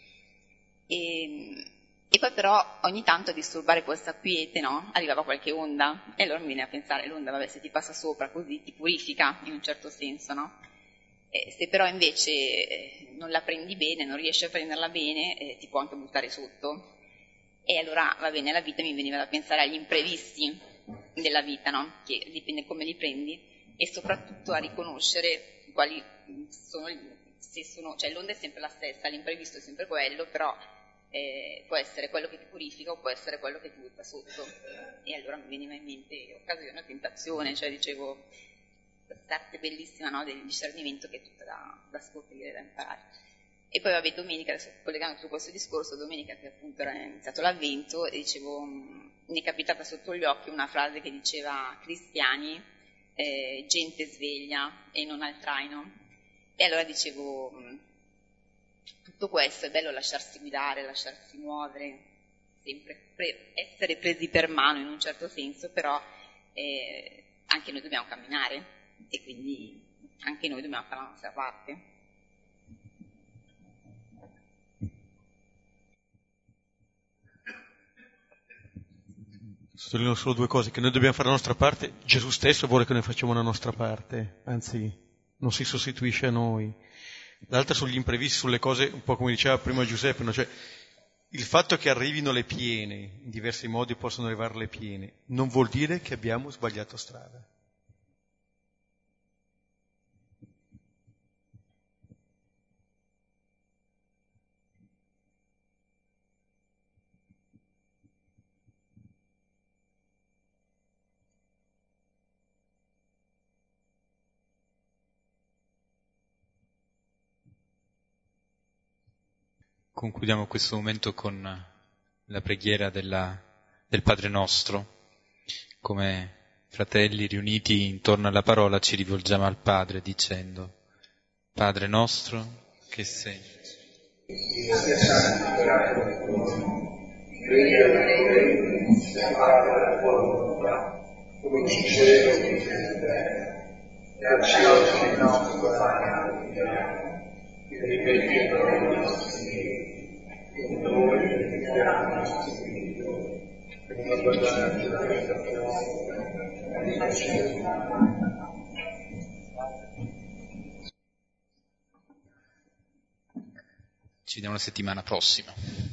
E, e poi però ogni tanto a disturbare questa quiete, no? Arrivava qualche onda e allora mi viene a pensare: l'onda, vabbè, se ti passa sopra così ti purifica in un certo senso, no? E se però invece eh, non la prendi bene, non riesci a prenderla bene, eh, ti può anche buttare sotto. E allora, va bene, la vita mi veniva da pensare agli imprevisti della vita, no? Che dipende come li prendi, e soprattutto a riconoscere quali sono, se sono, cioè l'onda è sempre la stessa, l'imprevisto è sempre quello, però eh, può essere quello che ti purifica o può essere quello che ti butta sotto. E allora mi veniva in mente occasione o tentazione, cioè dicevo, quest'arte bellissima, no? Del discernimento che è tutta da, da scoprire, da imparare. E poi vabbè, domenica, adesso collegando su questo discorso, domenica che appunto era iniziato l'avvento, e dicevo, mi è capitata sotto gli occhi una frase che diceva: cristiani, eh, gente sveglia e non al traino. E allora dicevo, tutto questo è bello, lasciarsi guidare, lasciarsi muovere, sempre pre- essere presi per mano in un certo senso, però eh, anche noi dobbiamo camminare e quindi anche noi dobbiamo fare la nostra parte. Sottolineo solo due cose: che noi dobbiamo fare la nostra parte. Gesù stesso vuole che noi facciamo la nostra parte, anzi non si sostituisce a noi. L'altra sugli imprevisti, sulle cose, un po' come diceva prima Giuseppe, no? Cioè, il fatto che arrivino le piene, in diversi modi possono arrivare le piene, non vuol dire che abbiamo sbagliato strada. Concludiamo questo momento con la preghiera della, del Padre Nostro. Come fratelli riuniti intorno alla parola ci rivolgiamo al Padre dicendo: Padre nostro che sei. sia fatta la tua volontà, come in cielo che in terra. Dacci oggi il nostro pane quotidiano, e rimetti noi i nostri diritti, e noi rimettiamo i nostri diritti, e non guardate la tentazione, e non ci Ci vediamo la settimana prossima.